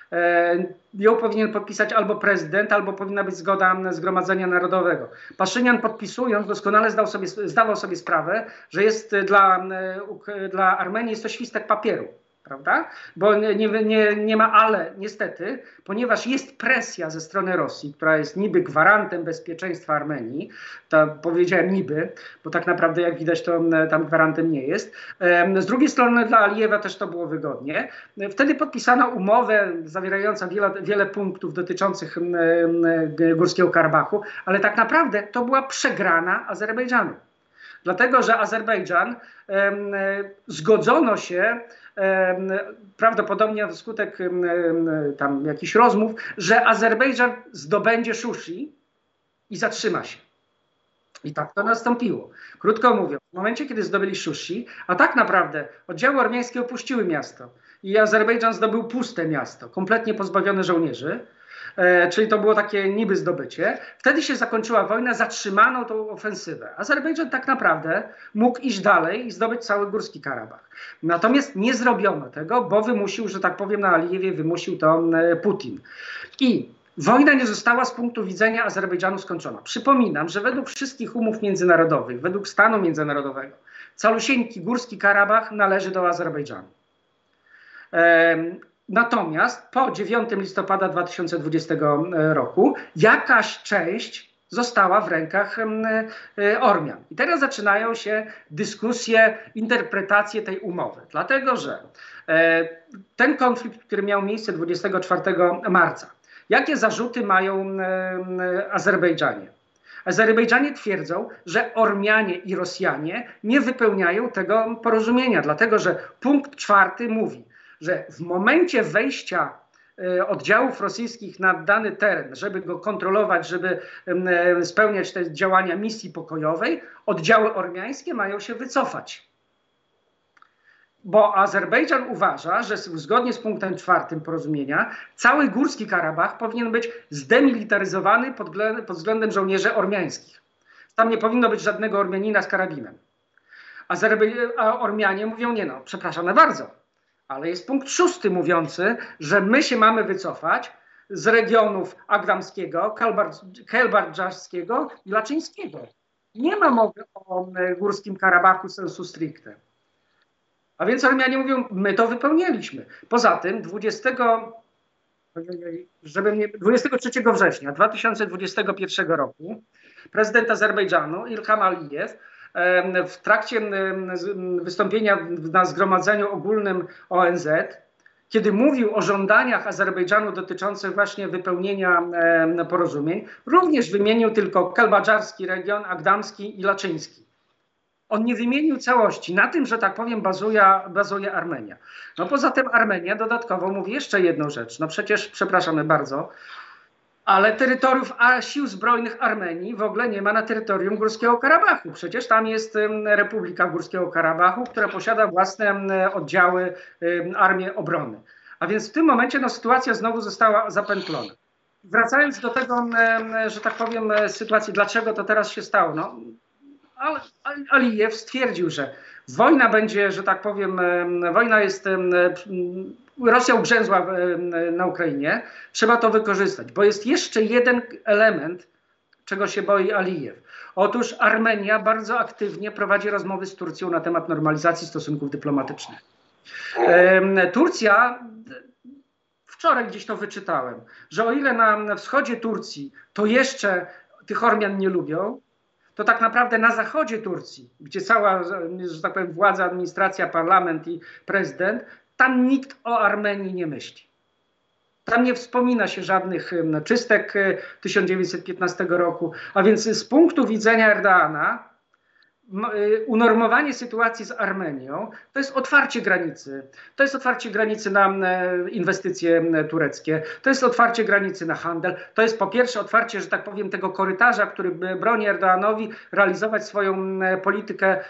Ją powinien podpisać albo prezydent, albo powinna być zgoda Zgromadzenia Narodowego. Paszynian podpisując doskonale zdał sobie, zdawał sobie sprawę, że jest dla, dla Armenii jest to świstek papieru. Prawda? Bo nie, nie, nie ma ale, niestety, ponieważ jest presja ze strony Rosji, która jest niby gwarantem bezpieczeństwa Armenii, to powiedziałem niby, bo tak naprawdę jak widać to tam gwarantem nie jest. Z drugiej strony dla Alijewa też to było wygodnie. Wtedy podpisano umowę zawierającą wiele, wiele punktów dotyczących Górskiego Karabachu, ale tak naprawdę to była przegrana Azerbejdżanu. Dlatego, że Azerbejdżan zgodzono się prawdopodobnie wskutek tam jakichś rozmów, że Azerbejdżan zdobędzie Szusi i zatrzyma się. I tak to nastąpiło. Krótko mówiąc, w momencie, kiedy zdobyli Szusi, a tak naprawdę oddziały ormiańskie opuściły miasto i Azerbejdżan zdobył puste miasto, kompletnie pozbawione żołnierzy, E, czyli to było takie niby zdobycie. Wtedy się zakończyła wojna, zatrzymano tą ofensywę. Azerbejdżan tak naprawdę mógł iść dalej i zdobyć cały Górski Karabach. Natomiast nie zrobiono tego, bo wymusił, że tak powiem, na Alijewie wymusił to e, Putin. I wojna nie została z punktu widzenia Azerbejdżanu skończona. Przypominam, że według wszystkich umów międzynarodowych, według stanu międzynarodowego, calusieńki Górski Karabach należy do Azerbejdżanu. E, Natomiast po dziewiątego listopada dwa tysiące dwudziestego roku jakaś część została w rękach Ormian. I teraz zaczynają się dyskusje, interpretacje tej umowy. Dlatego, że ten konflikt, który miał miejsce dwudziestego czwartego marca, jakie zarzuty mają Azerbejdżanie? Azerbejdżanie twierdzą, że Ormianie i Rosjanie nie wypełniają tego porozumienia, dlatego że punkt czwarty mówi, że w momencie wejścia y, oddziałów rosyjskich na dany teren, żeby go kontrolować, żeby y, spełniać te działania misji pokojowej, oddziały ormiańskie mają się wycofać. Bo Azerbejdżan uważa, że zgodnie z punktem czwartym porozumienia cały Górski Karabach powinien być zdemilitaryzowany pod, pod względem żołnierzy ormiańskich. Tam nie powinno być żadnego Ormianina z karabinem. Azerbe- a Ormianie mówią, nie no, przepraszamy bardzo. Ale jest punkt szósty mówiący, że my się mamy wycofać z regionów Agdamskiego, Kelbardżarskiego i Laczyńskiego. Nie ma mowy o Górskim Karabachu sensu stricte. A więc Ormianie mówią, my to wypełniliśmy. Poza tym dwudziestego, żeby nie, dwudziestego trzeciego września dwa tysiące dwudziestego pierwszego roku prezydent Azerbejdżanu Ilham Alijew w trakcie wystąpienia na Zgromadzeniu Ogólnym O N Z, kiedy mówił o żądaniach Azerbejdżanu dotyczących właśnie wypełnienia porozumień, również wymienił tylko kelbadżarski region, agdamski i laczyński. On nie wymienił całości. Na tym, że tak powiem, bazuje, bazuje Armenia. No poza tym Armenia dodatkowo mówi jeszcze jedną rzecz. No przecież, przepraszamy bardzo, ale terytoriów sił zbrojnych Armenii w ogóle nie ma na terytorium Górskiego Karabachu. Przecież tam jest Republika Górskiego Karabachu, która posiada własne oddziały, armię obrony. A więc w tym momencie no, sytuacja znowu została zapętlona. Wracając do tego, że tak powiem, sytuacji, dlaczego to teraz się stało. No, Alijew stwierdził, że wojna będzie, że tak powiem, wojna jest, Rosja ugrzęzła na Ukrainie, trzeba to wykorzystać, bo jest jeszcze jeden element, czego się boi Alijew. Otóż Armenia bardzo aktywnie prowadzi rozmowy z Turcją na temat normalizacji stosunków dyplomatycznych. Turcja, wczoraj gdzieś to wyczytałem, że o ile na wschodzie Turcji to jeszcze tych Ormian nie lubią, to tak naprawdę na zachodzie Turcji, gdzie cała, że tak powiem, władza, administracja, parlament i prezydent, tam nikt o Armenii nie myśli. Tam nie wspomina się żadnych czystek tysiąc dziewięćset piętnastego roku, a więc z punktu widzenia Erdoana unormowanie sytuacji z Armenią to jest otwarcie granicy. To jest otwarcie granicy na inwestycje tureckie, to jest otwarcie granicy na handel, to jest po pierwsze otwarcie, że tak powiem, tego korytarza, który broni Erdoanowi realizować swoją politykę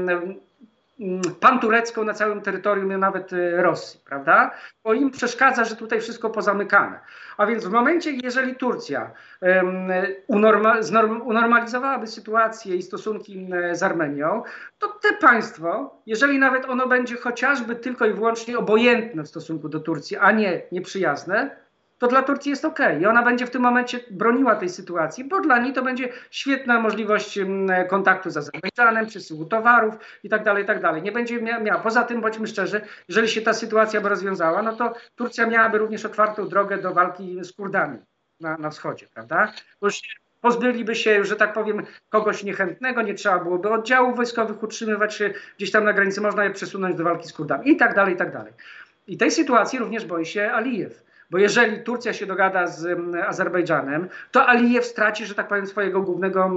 panturecką na całym terytorium nawet Rosji, prawda? Bo im przeszkadza, że tutaj wszystko pozamykane. A więc w momencie, jeżeli Turcja um, unorma, unormalizowałaby sytuację i stosunki z Armenią, to te państwo, jeżeli nawet ono będzie chociażby tylko i wyłącznie obojętne w stosunku do Turcji, a nie nieprzyjazne, to dla Turcji jest okej. I ona będzie w tym momencie broniła tej sytuacji, bo dla niej to będzie świetna możliwość kontaktu z Azerbejdżanem, przesyłu towarów i tak dalej, i tak dalej. Nie będzie miała. Poza tym, bądźmy szczerzy, jeżeli się ta sytuacja by rozwiązała, no to Turcja miałaby również otwartą drogę do walki z Kurdami na, na wschodzie, prawda? Bo już pozbyliby się, że tak powiem, kogoś niechętnego, nie trzeba byłoby oddziałów wojskowych utrzymywać się gdzieś tam na granicy, można je przesunąć do walki z Kurdami i tak dalej, i tak dalej. I tej sytuacji również boi się Alijew. Bo jeżeli Turcja się dogada z Azerbejdżanem, to Alijew straci, że tak powiem, swojego głównego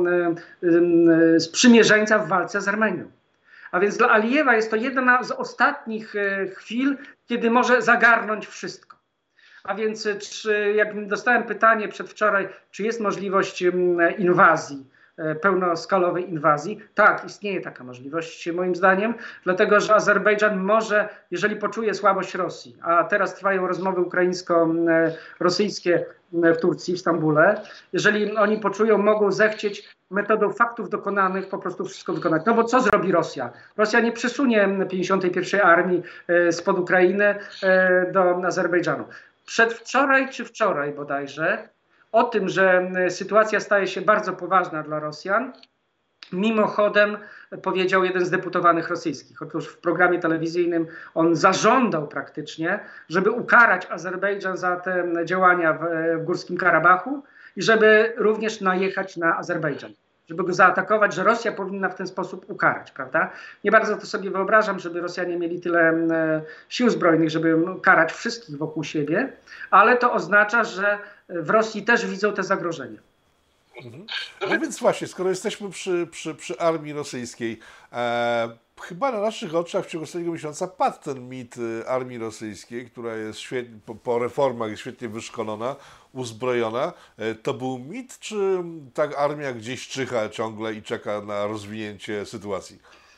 sprzymierzeńca w walce z Armenią. A więc dla Alijewa jest to jedna z ostatnich chwil, kiedy może zagarnąć wszystko. A więc czy, jak dostałem pytanie przedwczoraj, czy jest możliwość inwazji, pełnoskalowej inwazji. Tak, istnieje taka możliwość moim zdaniem, dlatego że Azerbejdżan może, jeżeli poczuje słabość Rosji, a teraz trwają rozmowy ukraińsko-rosyjskie w Turcji, w Stambule, jeżeli oni poczują, mogą zechcieć metodą faktów dokonanych po prostu wszystko wykonać. No bo co zrobi Rosja? Rosja nie przesunie pięćdziesiątej pierwszej Armii spod Ukrainy do Azerbejdżanu. Przedwczoraj czy wczoraj bodajże o tym, że sytuacja staje się bardzo poważna dla Rosjan, mimochodem powiedział jeden z deputowanych rosyjskich. Otóż w programie telewizyjnym on zażądał praktycznie, żeby ukarać Azerbejdżan za te działania w, w Górskim Karabachu i żeby również najechać na Azerbejdżan, żeby go zaatakować, że Rosja powinna w ten sposób ukarać, prawda? Nie bardzo to sobie wyobrażam, żeby Rosjanie mieli tyle e, sił zbrojnych, żeby karać wszystkich wokół siebie, ale to oznacza, że w Rosji też widzą te zagrożenia. Mhm. No więc właśnie, skoro jesteśmy przy, przy, przy armii rosyjskiej, e, chyba na naszych oczach w ciągu ostatniego miesiąca padł ten mit armii rosyjskiej, która jest świetnie, po, po reformach jest świetnie wyszkolona, uzbrojona. E, to był mit, czy ta armia gdzieś czyha ciągle i czeka na rozwinięcie sytuacji?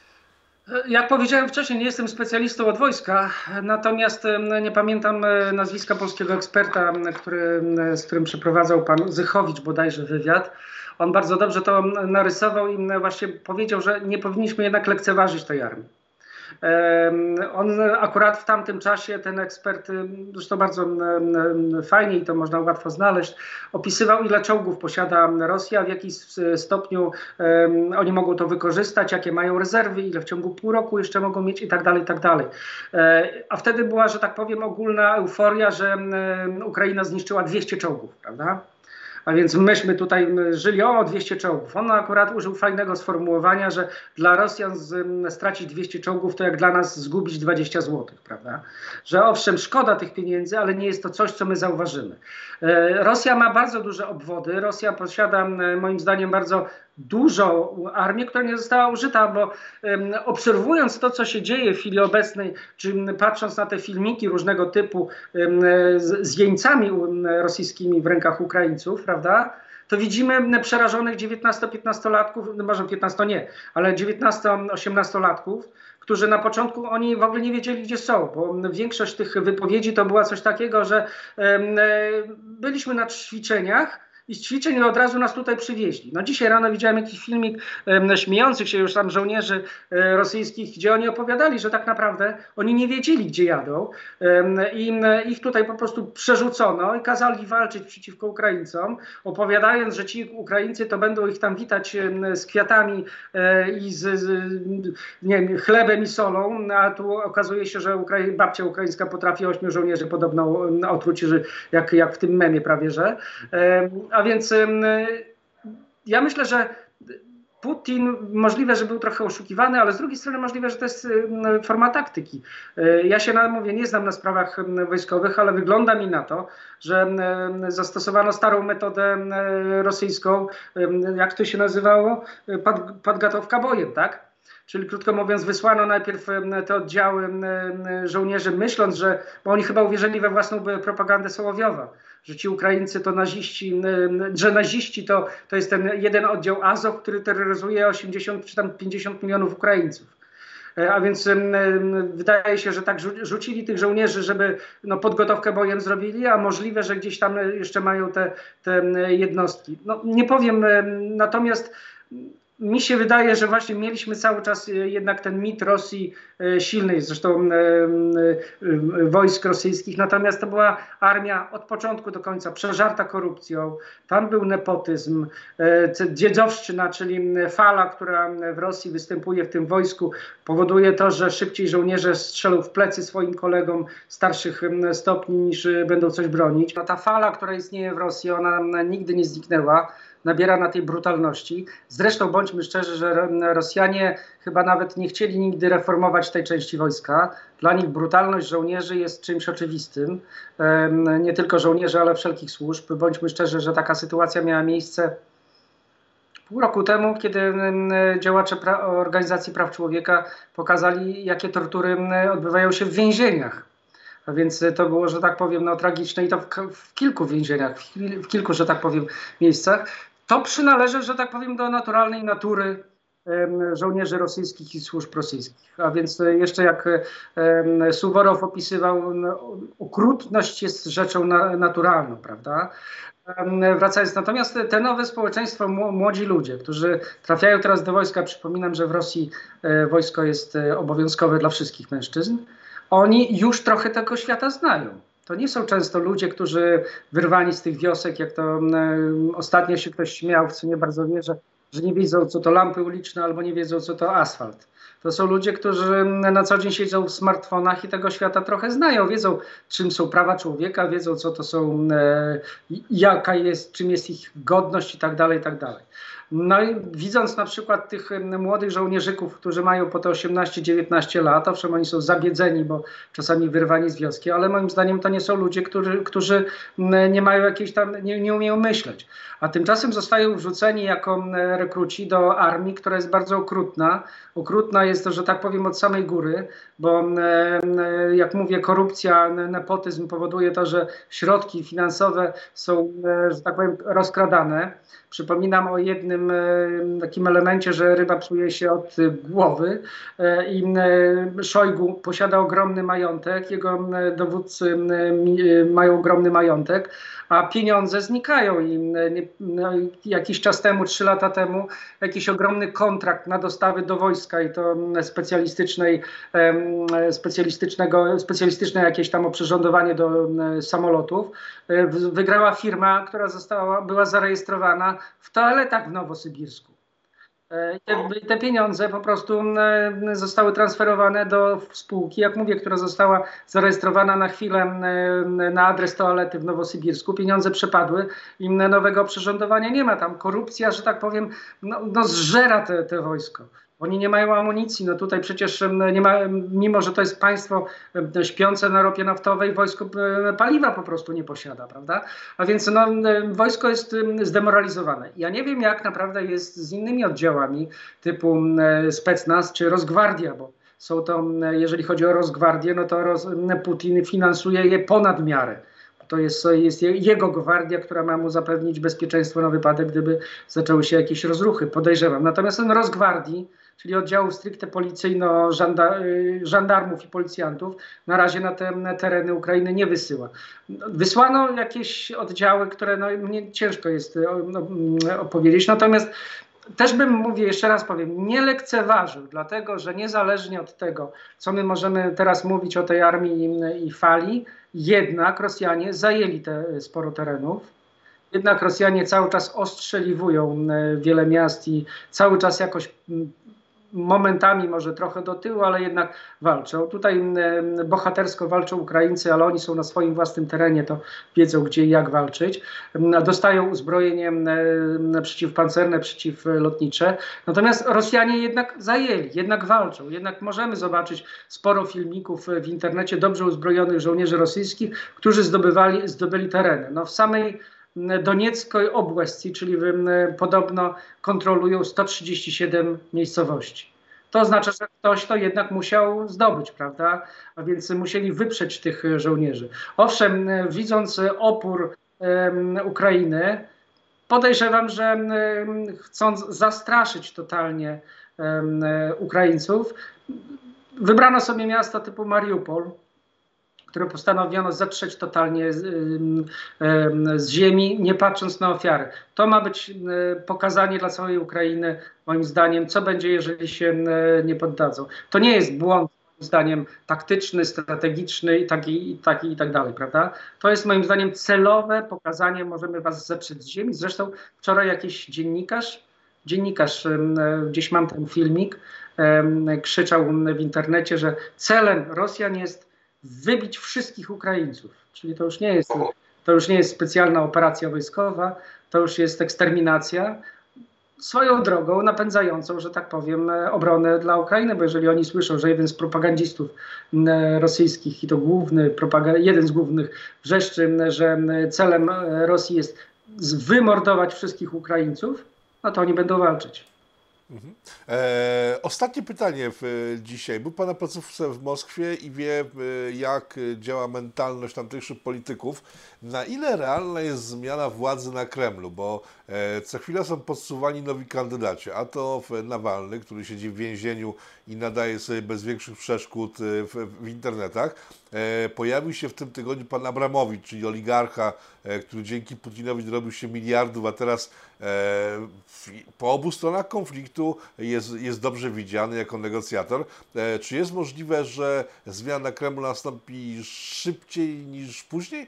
Jak powiedziałem wcześniej, nie jestem specjalistą od wojska, natomiast nie pamiętam nazwiska polskiego eksperta, który, z którym przeprowadzał pan Zychowicz bodajże wywiad. On bardzo dobrze to narysował i właśnie powiedział, że nie powinniśmy jednak lekceważyć tej armii. On akurat w tamtym czasie, ten ekspert, zresztą bardzo fajnie i to można łatwo znaleźć, opisywał, ile czołgów posiada Rosja, w jakim stopniu oni mogą to wykorzystać, jakie mają rezerwy, ile w ciągu pół roku jeszcze mogą mieć i tak dalej, i tak dalej. A wtedy była, że tak powiem, ogólna euforia, że Ukraina zniszczyła dwieście czołgów, prawda? A więc myśmy tutaj żyli, o, dwieście czołgów. On akurat użył fajnego sformułowania, że dla Rosjan z, stracić dwieście czołgów to jak dla nas zgubić dwadzieścia złotych, prawda? Że owszem, szkoda tych pieniędzy, ale nie jest to coś, co my zauważymy. E, Rosja ma bardzo duże obwody. Rosja posiada moim zdaniem bardzo dużą armię, która nie została użyta, bo um, obserwując to, co się dzieje w chwili obecnej, czy patrząc na te filmiki różnego typu um, z, z jeńcami um, rosyjskimi w rękach Ukraińców, prawda, to widzimy przerażonych dziewiętnasto-piętnastolatków, no może piętnasto nie, ale dziewiętnasto-osiemnastolatków, którzy na początku oni w ogóle nie wiedzieli, gdzie są, bo większość tych wypowiedzi to była coś takiego, że um, byliśmy na ćwiczeniach i z ćwiczeń od razu nas tutaj przywieźli. No dzisiaj rano widziałem jakiś filmik um, śmiejących się już tam żołnierzy um, rosyjskich, gdzie oni opowiadali, że tak naprawdę oni nie wiedzieli, gdzie jadą um, i um, ich tutaj po prostu przerzucono i kazali walczyć przeciwko Ukraińcom, opowiadając, że ci Ukraińcy to będą ich tam witać um, z kwiatami um, i z, z nie wiem, chlebem i solą, a tu okazuje się, że Ukrai babcia ukraińska potrafi ośmiu żołnierzy podobno um, otruć, że jak, jak w tym memie prawie, że um, A więc ja myślę, że Putin możliwe, że był trochę oszukiwany, ale z drugiej strony możliwe, że to jest forma taktyki. Ja się na, mówię, nie znam na sprawach wojskowych, ale wygląda mi na to, że zastosowano starą metodę rosyjską, jak to się nazywało? Pod, podgotowka bojem, tak? Czyli krótko mówiąc, wysłano najpierw te oddziały żołnierzy, myśląc, że, bo oni chyba uwierzyli we własną propagandę Sołowiowa, że ci Ukraińcy to naziści, że naziści to, to jest ten jeden oddział Azow, który terroryzuje osiemdziesiąt czy tam pięćdziesiąt milionów Ukraińców. A więc wydaje się, że tak rzucili tych żołnierzy, żeby no, podgotowkę bojem zrobili, a możliwe, że gdzieś tam jeszcze mają te, te jednostki. No, nie powiem, natomiast mi się wydaje, że właśnie mieliśmy cały czas jednak ten mit Rosji silnej, zresztą wojsk rosyjskich, natomiast to była armia od początku do końca przeżarta korupcją, tam był nepotyzm, dziedzowszczyna, czyli fala, która w Rosji występuje w tym wojsku, powoduje to, że szybciej żołnierze strzelą w plecy swoim kolegom starszych stopni niż będą coś bronić. No, ta fala, która istnieje w Rosji, ona nigdy nie zniknęła. Nabiera na tej brutalności. Zresztą bądźmy szczerzy, że Rosjanie chyba nawet nie chcieli nigdy reformować tej części wojska. Dla nich brutalność żołnierzy jest czymś oczywistym. Nie tylko żołnierzy, ale wszelkich służb. Bądźmy szczerzy, że taka sytuacja miała miejsce pół roku temu, kiedy działacze pra- organizacji praw człowieka pokazali, jakie tortury odbywają się w więzieniach. A więc to było, że tak powiem, no, tragiczne i to w, w kilku więzieniach, w, w kilku, że tak powiem, miejscach. To przynależy, że tak powiem, do naturalnej natury em, żołnierzy rosyjskich i służb rosyjskich. A więc jeszcze jak em, Suworow opisywał, no, okrutność jest rzeczą na, naturalną, prawda? Em, wracając, natomiast te nowe społeczeństwo, młodzi ludzie, którzy trafiają teraz do wojska, przypominam, że w Rosji e, wojsko jest e, obowiązkowe dla wszystkich mężczyzn, oni już trochę tego świata znają. To nie są często ludzie, którzy wyrwani z tych wiosek, jak to um, ostatnio się ktoś śmiał, w co nie bardzo wierzę, że nie wiedzą, co to lampy uliczne, albo nie wiedzą, co to asfalt. To są ludzie, którzy na co dzień siedzą w smartfonach i tego świata trochę znają. Wiedzą, czym są prawa człowieka, wiedzą, co to są, e, jaka jest, czym jest ich godność i tak dalej, i tak dalej. No i widząc na przykład tych młodych żołnierzyków, którzy mają po te osiemnaście dziewiętnaście lat, owszem, oni są zabiedzeni, bo czasami wyrwani z wioski, ale moim zdaniem to nie są ludzie, którzy, którzy nie mają jakiejś tam, nie, nie umieją myśleć. A tymczasem zostają wrzuceni jako rekruci do armii, która jest bardzo okrutna. Okrutna jest to, że tak powiem, od samej góry, bo jak mówię, korupcja, nepotyzm powoduje to, że środki finansowe są, że tak powiem, rozkradane. Przypominam o jednym takim elemencie, że ryba psuje się od głowy i Szojgu posiada ogromny majątek, jego dowódcy mają ogromny majątek, a pieniądze znikają i jakiś czas temu, trzy lata temu, jakiś ogromny kontrakt na dostawy do wojska i to specjalistycznej, specjalistycznego, specjalistyczne jakieś tam oprzyrządowanie do samolotów, wygrała firma, która została, była zarejestrowana w toaletach w Nowosybirsku. Te, te pieniądze po prostu zostały transferowane do spółki, jak mówię, która została zarejestrowana na chwilę na adres toalety w Nowosybirsku. Pieniądze przepadły i nowego oprzyrządowania nie ma. Tam korupcja, że tak powiem, no, no zżera te, te wojsko. Oni nie mają amunicji. No tutaj przecież nie ma, mimo że to jest państwo śpiące na ropie naftowej, wojsko paliwa po prostu nie posiada, prawda? A więc no, wojsko jest zdemoralizowane. Ja nie wiem, jak naprawdę jest z innymi oddziałami typu Specnaz czy Rosgwardia, bo są to, jeżeli chodzi o Rosgwardię, no to Ros, Putin finansuje je ponad miarę. To jest, jest jego gwardia, która ma mu zapewnić bezpieczeństwo na wypadek, gdyby zaczęły się jakieś rozruchy, podejrzewam. Natomiast ten Rosgwardii, czyli oddziałów stricte policyjno-żandarmów i policjantów, na razie na te tereny Ukrainy nie wysyła. Wysłano jakieś oddziały, które no, mnie ciężko jest opowiedzieć, natomiast też bym, mówię, jeszcze raz powiem, nie lekceważył, dlatego że niezależnie od tego, co my możemy teraz mówić o tej armii i fali, jednak Rosjanie zajęli te sporo terenów. Jednak Rosjanie cały czas ostrzeliwują wiele miast i cały czas jakoś momentami może trochę do tyłu, ale jednak walczą. Tutaj bohatersko walczą Ukraińcy, ale oni są na swoim własnym terenie, to wiedzą gdzie i jak walczyć. Dostają uzbrojenie przeciwpancerne, przeciwlotnicze. Natomiast Rosjanie jednak zajęli, jednak walczą. Jednak możemy zobaczyć sporo filmików w internecie dobrze uzbrojonych żołnierzy rosyjskich, którzy zdobywali, zdobyli tereny. No w samej Donieckiej oblasti, czyli podobno kontrolują sto trzydzieści siedem miejscowości. To oznacza, że ktoś to jednak musiał zdobyć, prawda? A więc musieli wyprzeć tych żołnierzy. Owszem, widząc opór um, Ukrainy, podejrzewam, że um, chcąc zastraszyć totalnie um, Ukraińców, wybrano sobie miasto typu Mariupol, które postanowiono zetrzeć totalnie z, z ziemi, nie patrząc na ofiary. To ma być pokazanie dla całej Ukrainy, moim zdaniem, co będzie, jeżeli się nie poddadzą. To nie jest błąd, moim zdaniem, taktyczny, strategiczny i taki, i taki i tak dalej, prawda? To jest moim zdaniem celowe pokazanie, możemy was zeprzeć z ziemi. Zresztą wczoraj jakiś dziennikarz, dziennikarz, gdzieś mam ten filmik, krzyczał w internecie, że celem Rosjan jest wybić wszystkich Ukraińców. Czyli to już nie jest, to już nie jest specjalna operacja wojskowa, to już jest eksterminacja. Swoją drogą napędzającą, że tak powiem, obronę dla Ukrainy, bo jeżeli oni słyszą, że jeden z propagandzistów rosyjskich, i to główny, jeden z głównych, wrzeszczy, że celem Rosji jest wymordować wszystkich Ukraińców, no to oni będą walczyć. Mhm. E, ostatnie pytanie w, dzisiaj. Był Pan na placówce w Moskwie i wie, jak działa mentalność tamtejszych polityków. Na ile realna jest zmiana władzy na Kremlu? Bo e, co chwila są podsuwani nowi kandydaci. A to Nawalny, który siedzi w więzieniu i nadaje sobie bez większych przeszkód w, w internetach. E, pojawił się w tym tygodniu pan Abramowicz, czyli oligarcha, e, który dzięki Putinowi dorobił się miliardów, a teraz e, w, po obu stronach konfliktu jest, jest dobrze widziany jako negocjator. E, czy jest możliwe, że zmiana na Kremlu nastąpi szybciej niż później?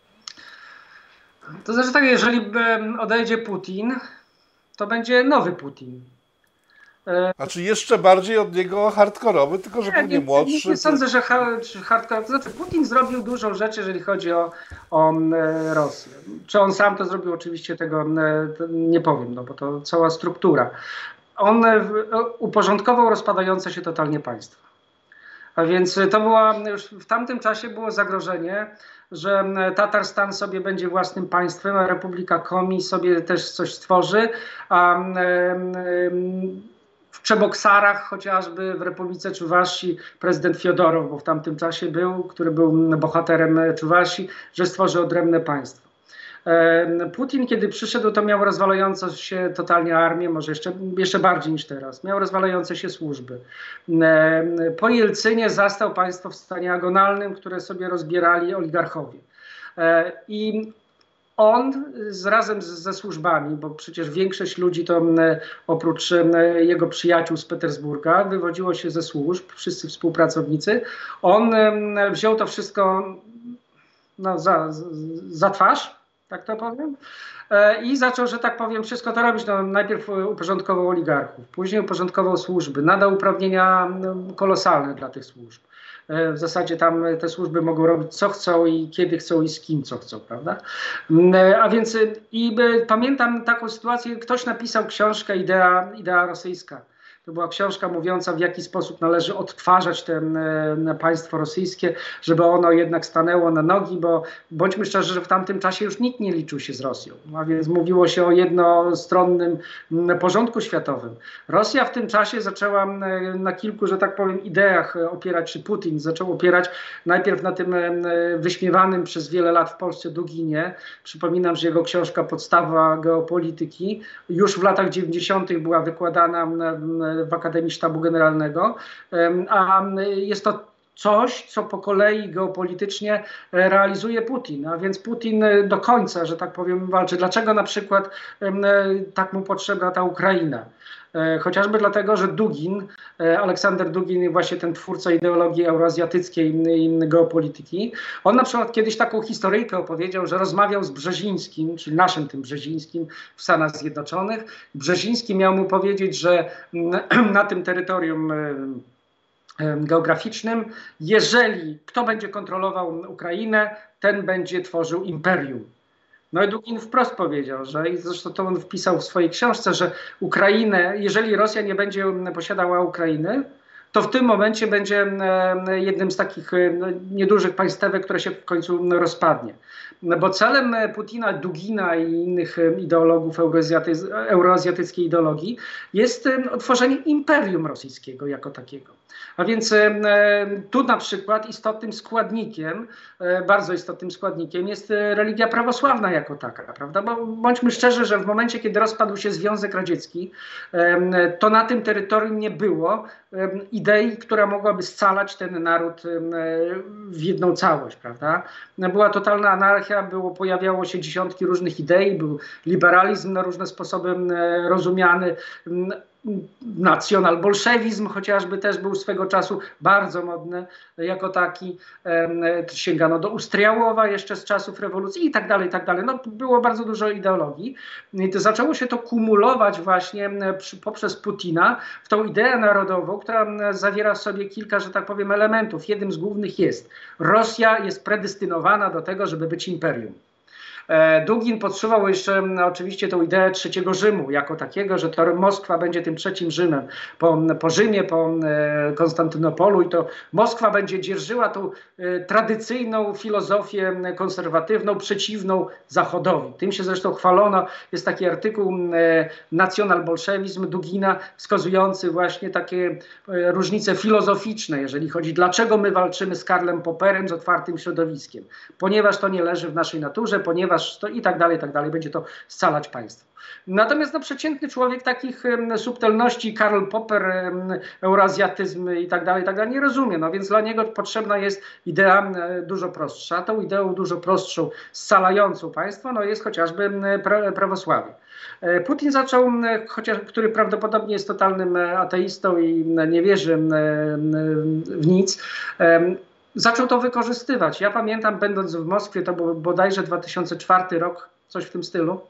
To znaczy tak, jeżeli odejdzie Putin, to będzie nowy Putin. Znaczy jeszcze bardziej od niego hardkorowy, tylko że pewnie młodszy. Nie, nie sądzę, że hardkorowy. To znaczy Putin zrobił dużą rzecz, jeżeli chodzi o, o Rosję. Czy on sam to zrobił? Oczywiście tego nie powiem, no bo to cała struktura. On uporządkował rozpadające się totalnie państwo. A więc to była, już w tamtym czasie było zagrożenie, że Tatarstan sobie będzie własnym państwem, a Republika Komi sobie też coś stworzy, a w Czeboksarach, chociażby w Republice Czuwaszii, prezydent Fiodorow, bo w tamtym czasie był, który był bohaterem Czuwaszii, że stworzy odrębne państwo. Putin, kiedy przyszedł, to miał rozwalającą się totalnie armię, może jeszcze, jeszcze bardziej niż teraz. Miał rozwalające się służby. Po Jelcynie zastał państwo w stanie agonalnym, które sobie rozbierali oligarchowie. I on z, razem z, ze służbami, bo przecież większość ludzi to oprócz jego przyjaciół z Petersburga wywodziło się ze służb, wszyscy współpracownicy. On wziął to wszystko no, za, za twarz, tak to powiem, i zaczął, że tak powiem, wszystko to robić. No, najpierw uporządkował oligarchów, później uporządkował służby, nadał uprawnienia kolosalne dla tych służb. W zasadzie tam te służby mogą robić co chcą i kiedy chcą i z kim co chcą, prawda? A więc i pamiętam taką sytuację, ktoś napisał książkę Idea, Idea rosyjska. To była książka mówiąca, w jaki sposób należy odtwarzać ten, państwo rosyjskie, żeby ono jednak stanęło na nogi, bo bądźmy szczerzy, że w tamtym czasie już nikt nie liczył się z Rosją, a więc mówiło się o jednostronnym porządku światowym. Rosja w tym czasie zaczęła na kilku, że tak powiem, ideach opierać, czy Putin zaczął opierać najpierw na tym wyśmiewanym przez wiele lat w Polsce Duginie. Przypominam, że jego książka Podstawa geopolityki już w latach dziewięćdziesiątych była wykładana w Akademii Sztabu Generalnego, a jest to coś, co po kolei geopolitycznie realizuje Putin, a więc Putin do końca, że tak powiem, walczy. Dlaczego na przykład tak mu potrzebna ta Ukraina? Chociażby dlatego, że Dugin, Aleksander Dugin, właśnie ten twórca ideologii euroazjatyckiej i geopolityki, on na przykład kiedyś taką historyjkę opowiedział, że rozmawiał z Brzezińskim, czyli naszym tym Brzezińskim w Stanach Zjednoczonych. Brzeziński miał mu powiedzieć, że na tym terytorium geograficznym, jeżeli kto będzie kontrolował Ukrainę, ten będzie tworzył imperium. No i Dugin wprost powiedział, że, i zresztą to on wpisał w swojej książce, że Ukrainę, jeżeli Rosja nie będzie posiadała Ukrainy, to w tym momencie będzie jednym z takich niedużych państwek, które się w końcu rozpadnie. Bo celem Putina, Dugina i innych ideologów euroazjaty, euroazjatyckiej ideologii jest utworzenie imperium rosyjskiego jako takiego. A więc tu na przykład istotnym składnikiem, bardzo istotnym składnikiem jest religia prawosławna jako taka, prawda? Bo bądźmy szczerzy, że w momencie, kiedy rozpadł się Związek Radziecki, to na tym terytorium nie było idei, która mogłaby scalać ten naród w jedną całość, prawda? Była totalna anarchia, było, pojawiało się dziesiątki różnych idei, był liberalizm na różne sposoby rozumiany, nacjonal-bolszewizm chociażby też był swego czasu bardzo modny jako taki. Sięgano do Ustriałowa jeszcze z czasów rewolucji i tak dalej, i tak dalej. No, było bardzo dużo ideologii. I to zaczęło się to kumulować właśnie przy, poprzez Putina w tą ideę narodową, która zawiera w sobie kilka, że tak powiem, elementów. Jednym z głównych jest: Rosja jest predestynowana do tego, żeby być imperium. Dugin podszywał jeszcze oczywiście tę ideę trzeciego Rzymu jako takiego, że to Moskwa będzie tym trzecim Rzymem po, po Rzymie, po Konstantynopolu i to Moskwa będzie dzierżyła tą tradycyjną filozofię konserwatywną, przeciwną Zachodowi. Tym się zresztą chwalono. Jest taki artykuł Nacjonal-bolszewizm Dugina wskazujący właśnie takie różnice filozoficzne, jeżeli chodzi, dlaczego my walczymy z Karlem Popperem, z otwartym środowiskiem. Ponieważ to nie leży w naszej naturze, ponieważ to i tak dalej, i tak dalej, będzie to scalać państwo. Natomiast no, przeciętny człowiek takich um, subtelności, Karl Popper, um, eurazjatyzm i tak dalej, i tak dalej nie rozumie. No więc dla niego potrzebna jest idea um, dużo prostsza. Tą ideą dużo prostszą, scalającą państwo, no jest chociażby um, pra prawosławie. Putin zaczął, chociaż, który prawdopodobnie jest totalnym ateistą i nie wierzy w nic, zaczął to wykorzystywać. Ja pamiętam, będąc w Moskwie, to był bodajże dwa tysiące czwarty rok, coś w tym stylu,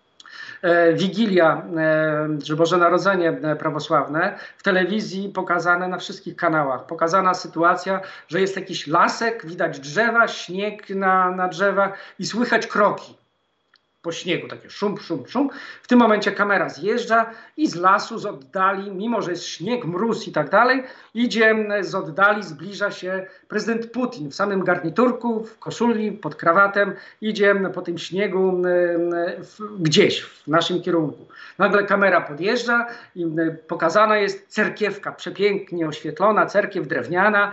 Wigilia, że Boże Narodzenie prawosławne, w telewizji pokazane na wszystkich kanałach. Pokazana sytuacja, że jest jakiś lasek, widać drzewa, śnieg na, na drzewach i słychać kroki po śniegu, takie szum, szum, szum. W tym momencie kamera zjeżdża i z lasu, z oddali, mimo że jest śnieg, mróz i tak dalej, idzie z oddali, zbliża się prezydent Putin w samym garniturku, w koszuli, pod krawatem, idzie po tym śniegu w, gdzieś w naszym kierunku. Nagle kamera podjeżdża i pokazana jest cerkiewka, przepięknie oświetlona, cerkiew drewniana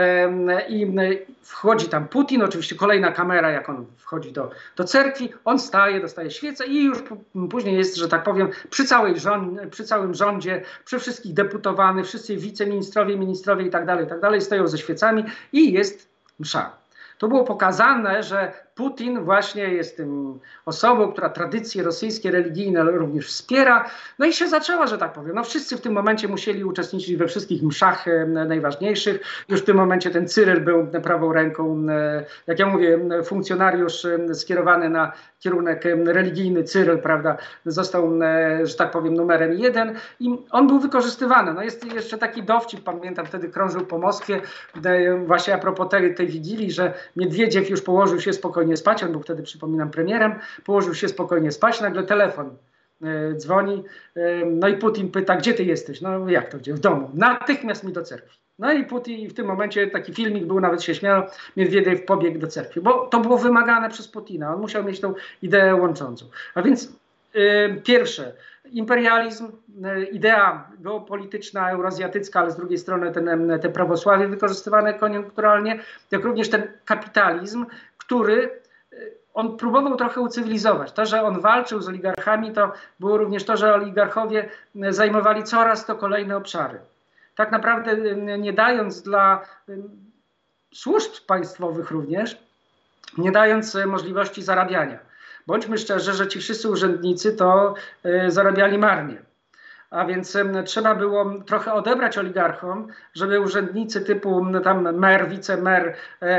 i wchodzi tam Putin, oczywiście kolejna kamera, jak on wchodzi do, do cerkwi, on staje, dostaje świecę i już później jest, że tak powiem, przy, całej rząd, przy całym rządzie, przy wszystkich deputowanych, wszyscy wiceministrowie, ministrowie i tak dalej, i tak dalej, stoją ze świecami i jest msza. To było pokazane, że Putin właśnie jest tym osobą, która tradycje rosyjskie, religijne również wspiera. No i się zaczęła, że tak powiem. No wszyscy w tym momencie musieli uczestniczyć we wszystkich mszach e, najważniejszych. Już w tym momencie ten Cyryl był prawą ręką, e, jak ja mówię, funkcjonariusz e, skierowany na kierunek e, religijny Cyryl, prawda, został, e, że tak powiem, numerem jeden i on był wykorzystywany. No jest jeszcze taki dowcip, pamiętam, wtedy krążył po Moskwie, e, właśnie a propos tej, tej Wigilii, że Miedwiediew już położył się spokojnie spać, on był wtedy, przypominam, premierem, położył się spokojnie spać, nagle telefon dzwoni, no i Putin pyta, gdzie ty jesteś? No jak to gdzie? W domu. Natychmiast mi do cerkwi. No i Putin w tym momencie taki filmik był, nawet się śmiał, Miedwiediew pobiegł do cerkwi, bo to było wymagane przez Putina. On musiał mieć tą ideę łączącą. A więc yy, pierwsze, imperializm, yy, idea geopolityczna, euroazjatycka, ale z drugiej strony ten, te prawosławie wykorzystywane koniunkturalnie, jak również ten kapitalizm, który on próbował trochę ucywilizować. To, że on walczył z oligarchami, to było również to, że oligarchowie zajmowali coraz to kolejne obszary. Tak naprawdę nie dając dla służb państwowych również, nie dając możliwości zarabiania. Bądźmy szczerzy, że ci wszyscy urzędnicy to zarabiali marnie. A więc trzeba było trochę odebrać oligarchom, żeby urzędnicy typu tam mer, wicemer,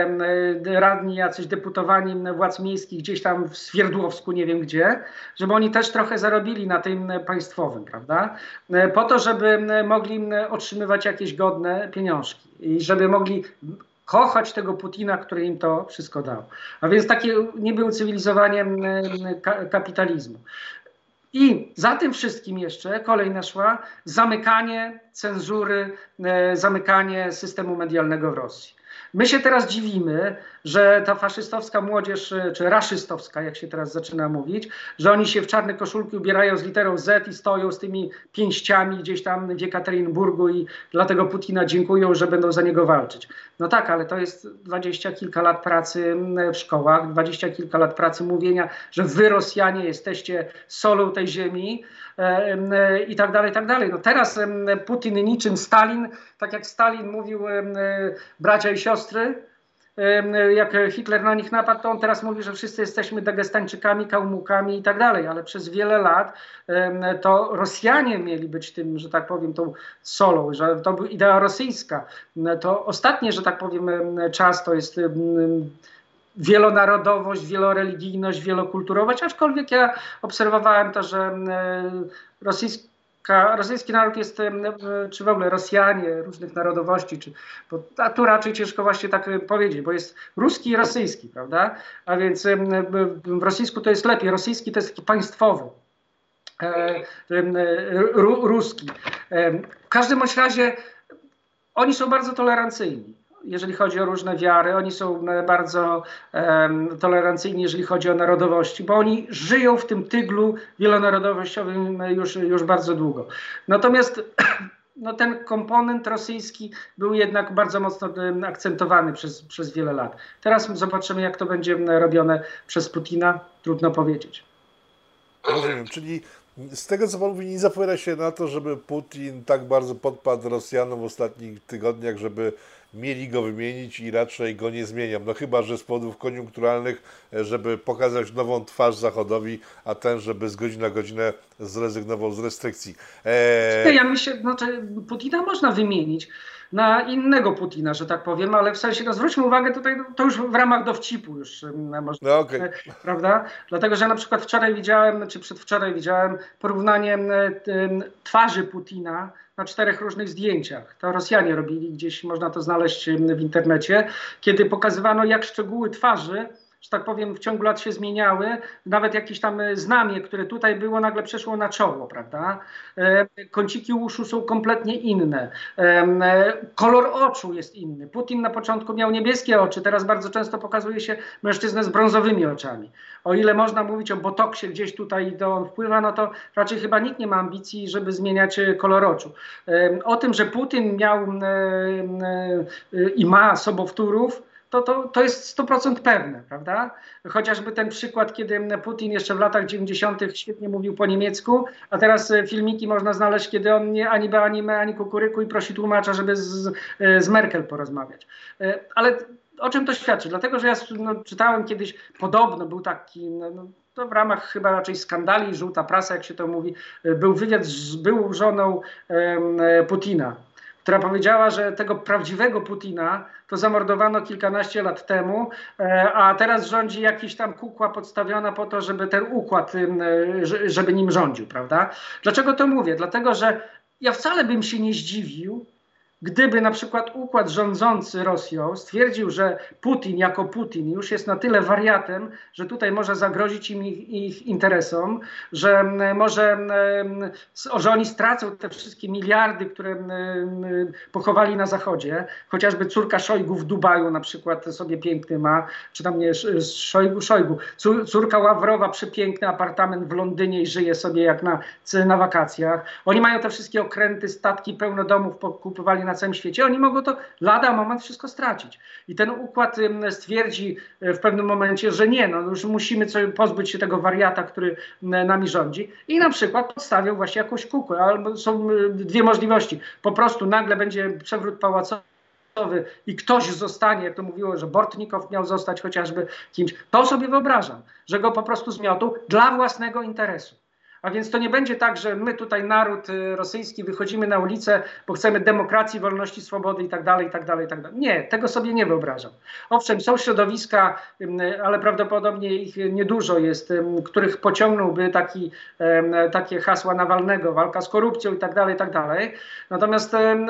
radni, jacyś deputowani władz miejskich gdzieś tam w Swierdłowsku, nie wiem gdzie, żeby oni też trochę zarobili na tym państwowym, prawda? Po to, żeby mogli otrzymywać jakieś godne pieniążki i żeby mogli kochać tego Putina, który im to wszystko dał. A więc takie niby ucywilizowanie kapitalizmu. I za tym wszystkim jeszcze kolejna szła zamykanie cenzury, e, zamykanie systemu medialnego w Rosji. My się teraz dziwimy, że ta faszystowska młodzież, czy raszystowska, jak się teraz zaczyna mówić, że oni się w czarne koszulki ubierają z literą Z i stoją z tymi pięściami gdzieś tam w Jekaterynburgu i dlatego Putina dziękują, że będą za niego walczyć. No tak, ale to jest dwadzieścia kilka lat pracy w szkołach, dwadzieścia kilka lat pracy mówienia, że wy Rosjanie jesteście solą tej ziemi i tak dalej, i tak dalej. No teraz Putin niczym Stalin, tak jak Stalin mówił bracia i siostry, jak Hitler na nich napadł, to on teraz mówi, że wszyscy jesteśmy Dagestańczykami, Kałmukami i tak dalej, ale przez wiele lat to Rosjanie mieli być tym, że tak powiem, tą solą, że to była idea rosyjska. To ostatnie, że tak powiem, czas to jest wielonarodowość, wieloreligijność, wielokulturowość, aczkolwiek ja obserwowałem to, że rosyjski Rosyjski naród jest, czy w ogóle Rosjanie różnych narodowości, czy, bo, a tu raczej ciężko właśnie tak powiedzieć, bo jest ruski i rosyjski, prawda? A więc w rosyjsku to jest lepiej, rosyjski to jest taki państwowy, e, ru, ruski. E, w każdym bądź razie oni są bardzo tolerancyjni. Jeżeli chodzi o różne wiary, oni są bardzo um, tolerancyjni, jeżeli chodzi o narodowości, bo oni żyją w tym tyglu wielonarodowościowym już, już bardzo długo. Natomiast no, ten komponent rosyjski był jednak bardzo mocno akcentowany przez, przez wiele lat. Teraz zobaczymy, jak to będzie robione przez Putina. Trudno powiedzieć. Rozumiem, czyli z tego, co pan mówi, nie zapowiada się na to, żeby Putin tak bardzo podpadł Rosjanom w ostatnich tygodniach, żeby mieli go wymienić i raczej go nie zmieniam. No chyba, że z powodów koniunkturalnych, żeby pokazać nową twarz Zachodowi, a ten, żeby z godziny na godzinę zrezygnował z restrykcji. Eee... Ja myślę, znaczy Putina można wymienić na innego Putina, że tak powiem, ale w sensie, no zwróćmy uwagę tutaj, to już w ramach dowcipu już można, no okay. prawda? Dlatego, że na przykład wczoraj widziałem, czy przedwczoraj widziałem porównanie twarzy Putina na czterech różnych zdjęciach. To Rosjanie robili, gdzieś można to znaleźć w internecie, kiedy pokazywano, jak szczegóły twarzy, że tak powiem, w ciągu lat się zmieniały. Nawet jakieś tam znamie, które tutaj było, nagle przeszło na czoło, prawda? E, kąciki uszu są kompletnie inne. E, kolor oczu jest inny. Putin na początku miał niebieskie oczy, teraz bardzo często pokazuje się mężczyznę z brązowymi oczami. O ile można mówić o botoksie gdzieś tutaj, to on wpływa, no to raczej chyba nikt nie ma ambicji, żeby zmieniać kolor oczu. E, o tym, że Putin miał e, e, i ma sobowtórów, To, to, to jest sto procent pewne, prawda? Chociażby ten przykład, kiedy Putin jeszcze w latach dziewięćdziesiątych świetnie mówił po niemiecku, a teraz filmiki można znaleźć, kiedy on nie ani be, ani me, ani kukuryku i prosi tłumacza, żeby z, z Merkel porozmawiać. Ale o czym to świadczy? Dlatego, że ja no, czytałem kiedyś, podobno był taki, no, no, to w ramach chyba raczej skandali, żółta prasa, jak się to mówi, był wywiad z byłą żoną um, Putina, która powiedziała, że tego prawdziwego Putina to zamordowano kilkanaście lat temu, a teraz rządzi jakiś tam kukła podstawiona po to, żeby ten układ, żeby nim rządził, prawda? Dlaczego to mówię? Dlatego, że ja wcale bym się nie zdziwił, gdyby na przykład układ rządzący Rosją stwierdził, że Putin jako Putin już jest na tyle wariatem, że tutaj może zagrozić im ich, ich interesom, że może, że oni stracą te wszystkie miliardy, które pochowali na Zachodzie, chociażby córka Szojgu w Dubaju na przykład sobie piękny ma, czy tam nie Szojgu, Szojgu, córka Ławrowa przepiękny apartament w Londynie i żyje sobie jak na, na wakacjach. Oni mają te wszystkie okręty, statki, pełno domów kupowali na całym świecie. Oni mogą to lada moment wszystko stracić. I ten układ stwierdzi w pewnym momencie, że nie, no już musimy sobie pozbyć się tego wariata, który nami rządzi i na przykład podstawią właśnie jakąś kukłę. Albo są dwie możliwości. Po prostu nagle będzie przewrót pałacowy i ktoś zostanie, jak to mówiło, że Bortnikow miał zostać chociażby kimś. To sobie wyobrażam, że go po prostu zmiotą dla własnego interesu. A więc to nie będzie tak, że my tutaj naród rosyjski wychodzimy na ulicę, bo chcemy demokracji, wolności, swobody i tak dalej, i tak dalej, i tak dalej. Nie, tego sobie nie wyobrażam. Owszem, są środowiska, ale prawdopodobnie ich niedużo jest, których pociągnąłby taki, takie hasła Nawalnego, walka z korupcją i tak dalej, i tak dalej. Natomiast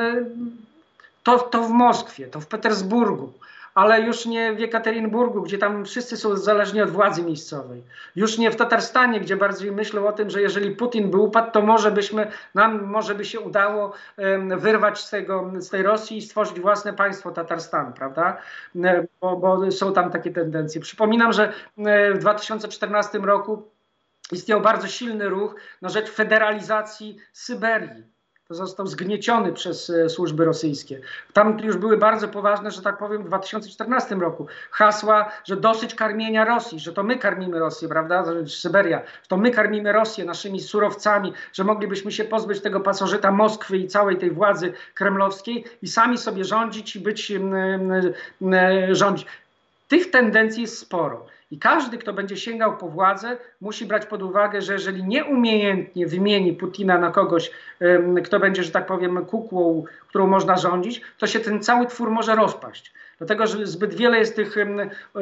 to, to w Moskwie, to w Petersburgu, ale już nie w Jekaterynburgu, gdzie tam wszyscy są zależni od władzy miejscowej. Już nie w Tatarstanie, gdzie bardziej myślą o tym, że jeżeli Putin by upadł, to może byśmy, nam może by się udało um, wyrwać z, tego, z tej Rosji i stworzyć własne państwo Tatarstan, prawda? Bo, bo są tam takie tendencje. Przypominam, że w dwa tysiące czternastym roku istniał bardzo silny ruch na rzecz federalizacji Syberii. To został zgnieciony przez e, służby rosyjskie. Tam już były bardzo poważne, że tak powiem, w dwa tysiące czternastym roku hasła, że dosyć karmienia Rosji, że to my karmimy Rosję, prawda, Syberia, że to my karmimy Rosję naszymi surowcami, że moglibyśmy się pozbyć tego pasożyta Moskwy i całej tej władzy kremlowskiej i sami sobie rządzić i być m, m, m, rządzić. Tych tendencji jest sporo. I każdy, kto będzie sięgał po władzę, musi brać pod uwagę, że jeżeli nieumiejętnie wymieni Putina na kogoś, um, kto będzie, że tak powiem, kukłą, którą można rządzić, to się ten cały twór może rozpaść. Dlatego, że zbyt wiele jest tych um,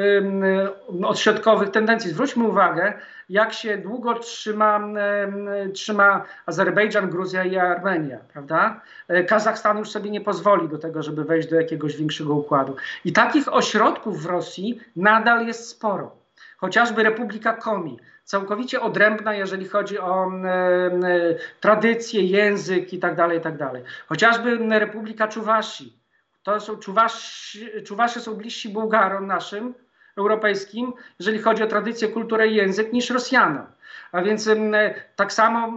um, odśrodkowych tendencji. Zwróćmy uwagę, jak się długo trzyma, um, trzyma Azerbejdżan, Gruzja i Armenia, prawda? Kazachstan już sobie nie pozwoli do tego, żeby wejść do jakiegoś większego układu. I takich ośrodków w Rosji nadal jest sporo. Chociażby Republika Komi, całkowicie odrębna, jeżeli chodzi o e, e, tradycje, język i tak dalej, i tak dalej. Chociażby Republika Czuwaszy. To są Czuwaszy, Czuwaszy są bliżsi Bułgarom naszym, europejskim, jeżeli chodzi o tradycję, kulturę i język, niż Rosjanom. A więc e, tak samo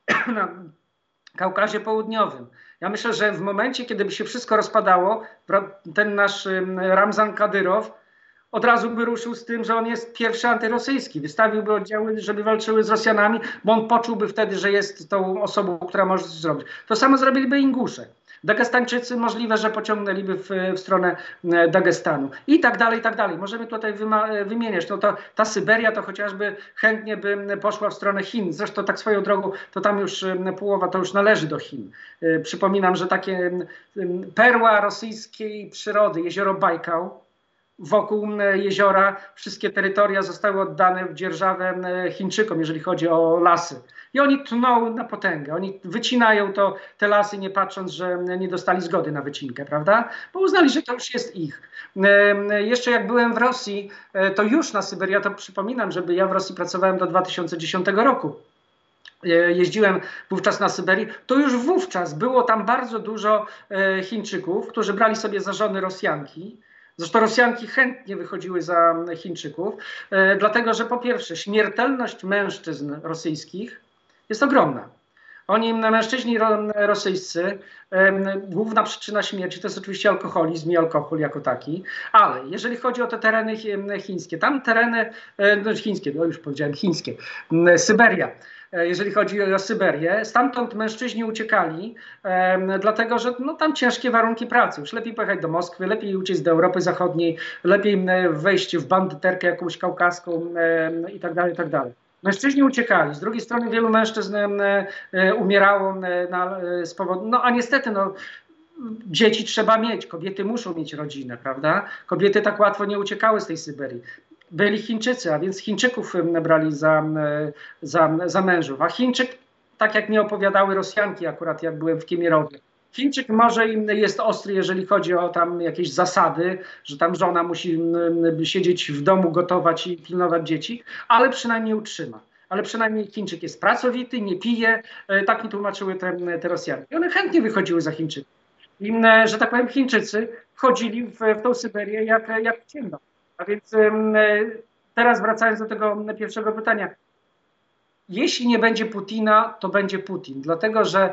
na Kaukazie Południowym. Ja myślę, że w momencie, kiedy by się wszystko rozpadało, ten nasz Ramzan Kadyrow od razu by ruszył z tym, że on jest pierwszy antyrosyjski. Wystawiłby oddziały, żeby walczyły z Rosjanami, bo on poczułby wtedy, że jest tą osobą, która może coś zrobić. To samo zrobiliby Ingusze. Dagestańczycy możliwe, że pociągnęliby w, w stronę Dagestanu. I tak dalej, i tak dalej. Możemy tutaj wymieniać. No to, ta Syberia to chociażby chętnie by poszła w stronę Chin. Zresztą tak swoją drogą, to tam już połowa to już należy do Chin. Przypominam, że takie perła rosyjskiej przyrody, jezioro Bajkał, wokół jeziora wszystkie terytoria zostały oddane w dzierżawę Chińczykom, jeżeli chodzi o lasy. I oni tną na potęgę. Oni wycinają to, te lasy, nie patrząc, że nie dostali zgody na wycinkę, prawda? Bo uznali, że to już jest ich. E, jeszcze jak byłem w Rosji, e, to już na Syberii, ja to przypominam, żeby ja w Rosji pracowałem do dwa tysiące dziesiątego roku. Jeździłem wówczas na Syberię, to już wówczas było tam bardzo dużo e, Chińczyków, którzy brali sobie za żony Rosjanki. Zresztą Rosjanki chętnie wychodziły za Chińczyków, e, dlatego że po pierwsze śmiertelność mężczyzn rosyjskich jest ogromna. Oni, mężczyźni ro, rosyjscy, e, główna przyczyna śmierci to jest oczywiście alkoholizm i alkohol jako taki, ale jeżeli chodzi o te tereny chińskie, tam tereny, e, no chińskie, no już powiedziałem chińskie, e, Syberia. Jeżeli chodzi o Syberię, stamtąd mężczyźni uciekali, e, dlatego że no, tam ciężkie warunki pracy. Już lepiej pojechać do Moskwy, lepiej uciec do Europy Zachodniej, lepiej wejść w bandyterkę jakąś kaukaską e, i tak dalej, i tak dalej. Mężczyźni uciekali. Z drugiej strony wielu mężczyzn e, e, umierało na, e, z powodu, no a niestety no, dzieci trzeba mieć, kobiety muszą mieć rodzinę, prawda? Kobiety tak łatwo nie uciekały z tej Syberii. Byli Chińczycy, a więc Chińczyków brali za, za, za mężów. A Chińczyk, tak jak mi opowiadały Rosjanki akurat, jak byłem w Kiemierowie, Chińczyk może jest ostry, jeżeli chodzi o tam jakieś zasady, że tam żona musi siedzieć w domu, gotować i pilnować dzieci, ale przynajmniej utrzyma. Ale przynajmniej Chińczyk jest pracowity, nie pije. Tak mi tłumaczyły te, te Rosjanki. One chętnie wychodziły za Chińczyków. I, że tak powiem, Chińczycy wchodzili w, w tą Syberię jak, jak w ciemno. A więc teraz wracając do tego pierwszego pytania. Jeśli nie będzie Putina, to będzie Putin. Dlatego, że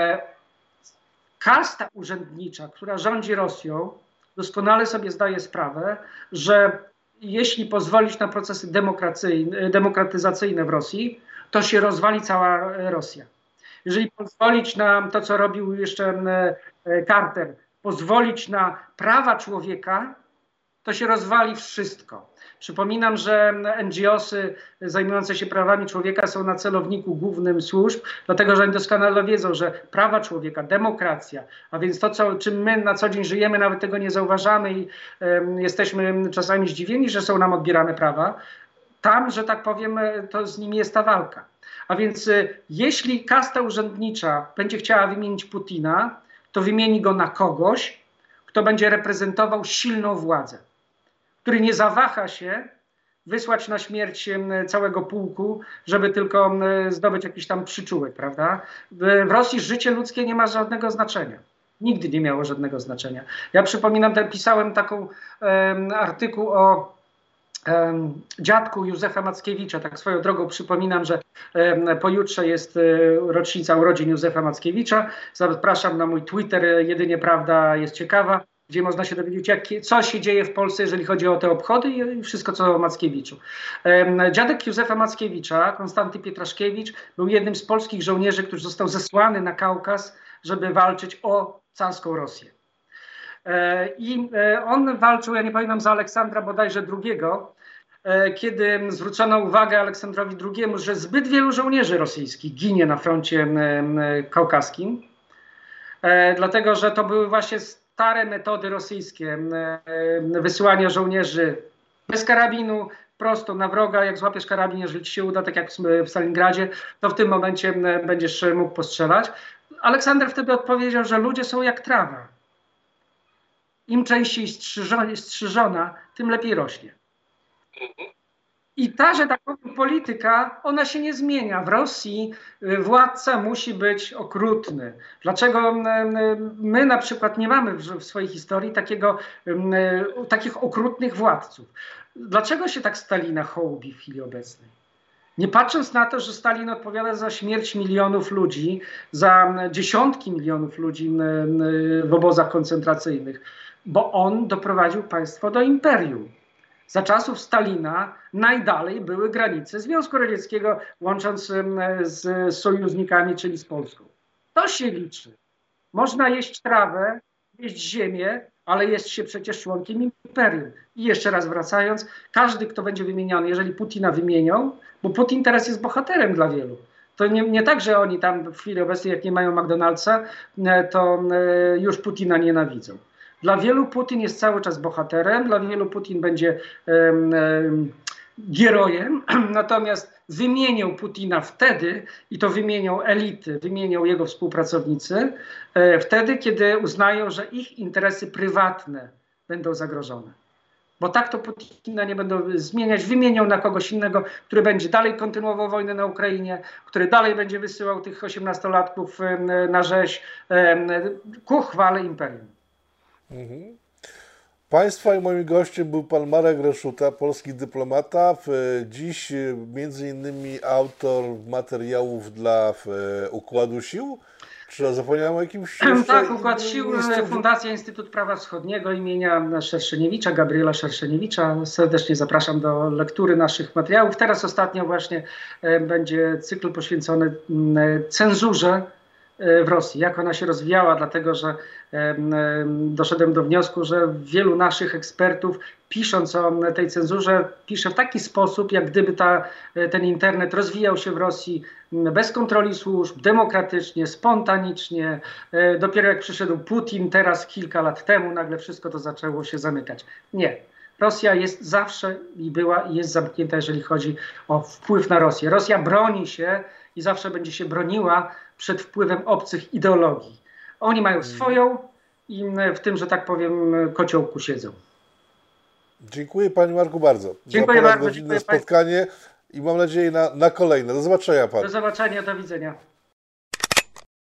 kasta urzędnicza, która rządzi Rosją, doskonale sobie zdaje sprawę, że jeśli pozwolić na procesy demokratyzacyjne w Rosji, to się rozwali cała Rosja. Jeżeli pozwolić na to, co robił jeszcze Carter, pozwolić na prawa człowieka, to się rozwali wszystko. Przypominam, że N G O sy zajmujące się prawami człowieka są na celowniku głównym służb, dlatego że oni doskonale wiedzą, że prawa człowieka, demokracja, a więc to, co, czym my na co dzień żyjemy, nawet tego nie zauważamy i um, jesteśmy czasami zdziwieni, że są nam odbierane prawa, tam, że tak powiem, to z nimi jest ta walka. A więc y, jeśli kasta urzędnicza będzie chciała wymienić Putina, to wymieni go na kogoś, kto będzie reprezentował silną władzę, który nie zawaha się wysłać na śmierć całego pułku, żeby tylko zdobyć jakiś tam przyczółek, prawda? W Rosji życie ludzkie nie ma żadnego znaczenia. Nigdy nie miało żadnego znaczenia. Ja przypominam, ten, pisałem taką um, artykuł o um, dziadku Józefa Mackiewicza. Tak swoją drogą przypominam, że um, pojutrze jest um, rocznica urodzin Józefa Mackiewicza. Zapraszam na mój Twitter, jedynie prawda jest ciekawa, gdzie można się dowiedzieć, jak, co się dzieje w Polsce, jeżeli chodzi o te obchody i wszystko, co o Mackiewiczu. Dziadek Józefa Mackiewicza, Konstanty Pietraszkiewicz, był jednym z polskich żołnierzy, który został zesłany na Kaukaz, żeby walczyć o carską Rosję. I on walczył, ja nie pamiętam, za Aleksandra bodajże drugiego, kiedy zwrócono uwagę Aleksandrowi drugiemu, że zbyt wielu żołnierzy rosyjskich ginie na froncie kaukaskim, dlatego że to były właśnie stare metody rosyjskie, wysyłanie żołnierzy bez karabinu, prosto na wroga. Jak złapiesz karabin, jeżeli ci się uda, tak jak w Stalingradzie, to w tym momencie będziesz mógł postrzelać. Aleksander wtedy odpowiedział, że ludzie są jak trawa. Im częściej strzyżona, strzyżona tym lepiej rośnie. I ta, że tak powiem, polityka, ona się nie zmienia. W Rosji władca musi być okrutny. Dlaczego my na przykład nie mamy w swojej historii takiego, takich okrutnych władców? Dlaczego się tak Stalina hołubi w chwili obecnej? Nie patrząc na to, że Stalin odpowiada za śmierć milionów ludzi, za dziesiątki milionów ludzi w obozach koncentracyjnych, bo on doprowadził państwo do imperium. Za czasów Stalina najdalej były granice Związku Radzieckiego, łącząc z sojusznikami, czyli z Polską. To się liczy. Można jeść trawę, jeść ziemię, ale jest się przecież członkiem imperium. I jeszcze raz wracając, każdy, kto będzie wymieniony, jeżeli Putina wymienią, bo Putin teraz jest bohaterem dla wielu. To nie, nie tak, że oni tam w chwili obecnej, jak nie mają McDonald'sa, to już Putina nienawidzą. Dla wielu Putin jest cały czas bohaterem, dla wielu Putin będzie um, um, herojem, natomiast wymienią Putina wtedy, i to wymienią elity, wymienią jego współpracownicy, e, wtedy, kiedy uznają, że ich interesy prywatne będą zagrożone. Bo tak to Putina nie będą zmieniać, wymienią na kogoś innego, który będzie dalej kontynuował wojnę na Ukrainie, który dalej będzie wysyłał tych osiemnastolatków e, na rzeź e, ku chwale imperium. Mhm. Państwa i moim gościem był pan Marek Reszuta, polski dyplomata, dziś między innymi autor materiałów dla Układu Sił. Czy zapomniałem o jakimś jeszcze? Tak, Układ Sił, Fundacja Instytut Prawa Wschodniego imienia Szerszeniewicza, Gabriela Szerszeniewicza. Serdecznie zapraszam do lektury naszych materiałów. Teraz ostatnio właśnie będzie cykl poświęcony cenzurze w Rosji, jak ona się rozwijała, dlatego że doszedłem do wniosku, że wielu naszych ekspertów, pisząc o tej cenzurze, pisze w taki sposób, jak gdyby ta, ten internet rozwijał się w Rosji bez kontroli służb, demokratycznie, spontanicznie. Dopiero jak przyszedł Putin, teraz kilka lat temu, nagle wszystko to zaczęło się zamykać. Nie. Rosja jest zawsze i była i jest zamknięta, jeżeli chodzi o wpływ na Rosję. Rosja broni się i zawsze będzie się broniła przed wpływem obcych ideologii. Oni mają swoją i w tym, że tak powiem, kociołku siedzą. Dziękuję Panie Marku bardzo Dziękuję za ponad bardzo. godzinne spotkanie i mam nadzieję na, na kolejne. Do zobaczenia Panu. Do zobaczenia, do widzenia.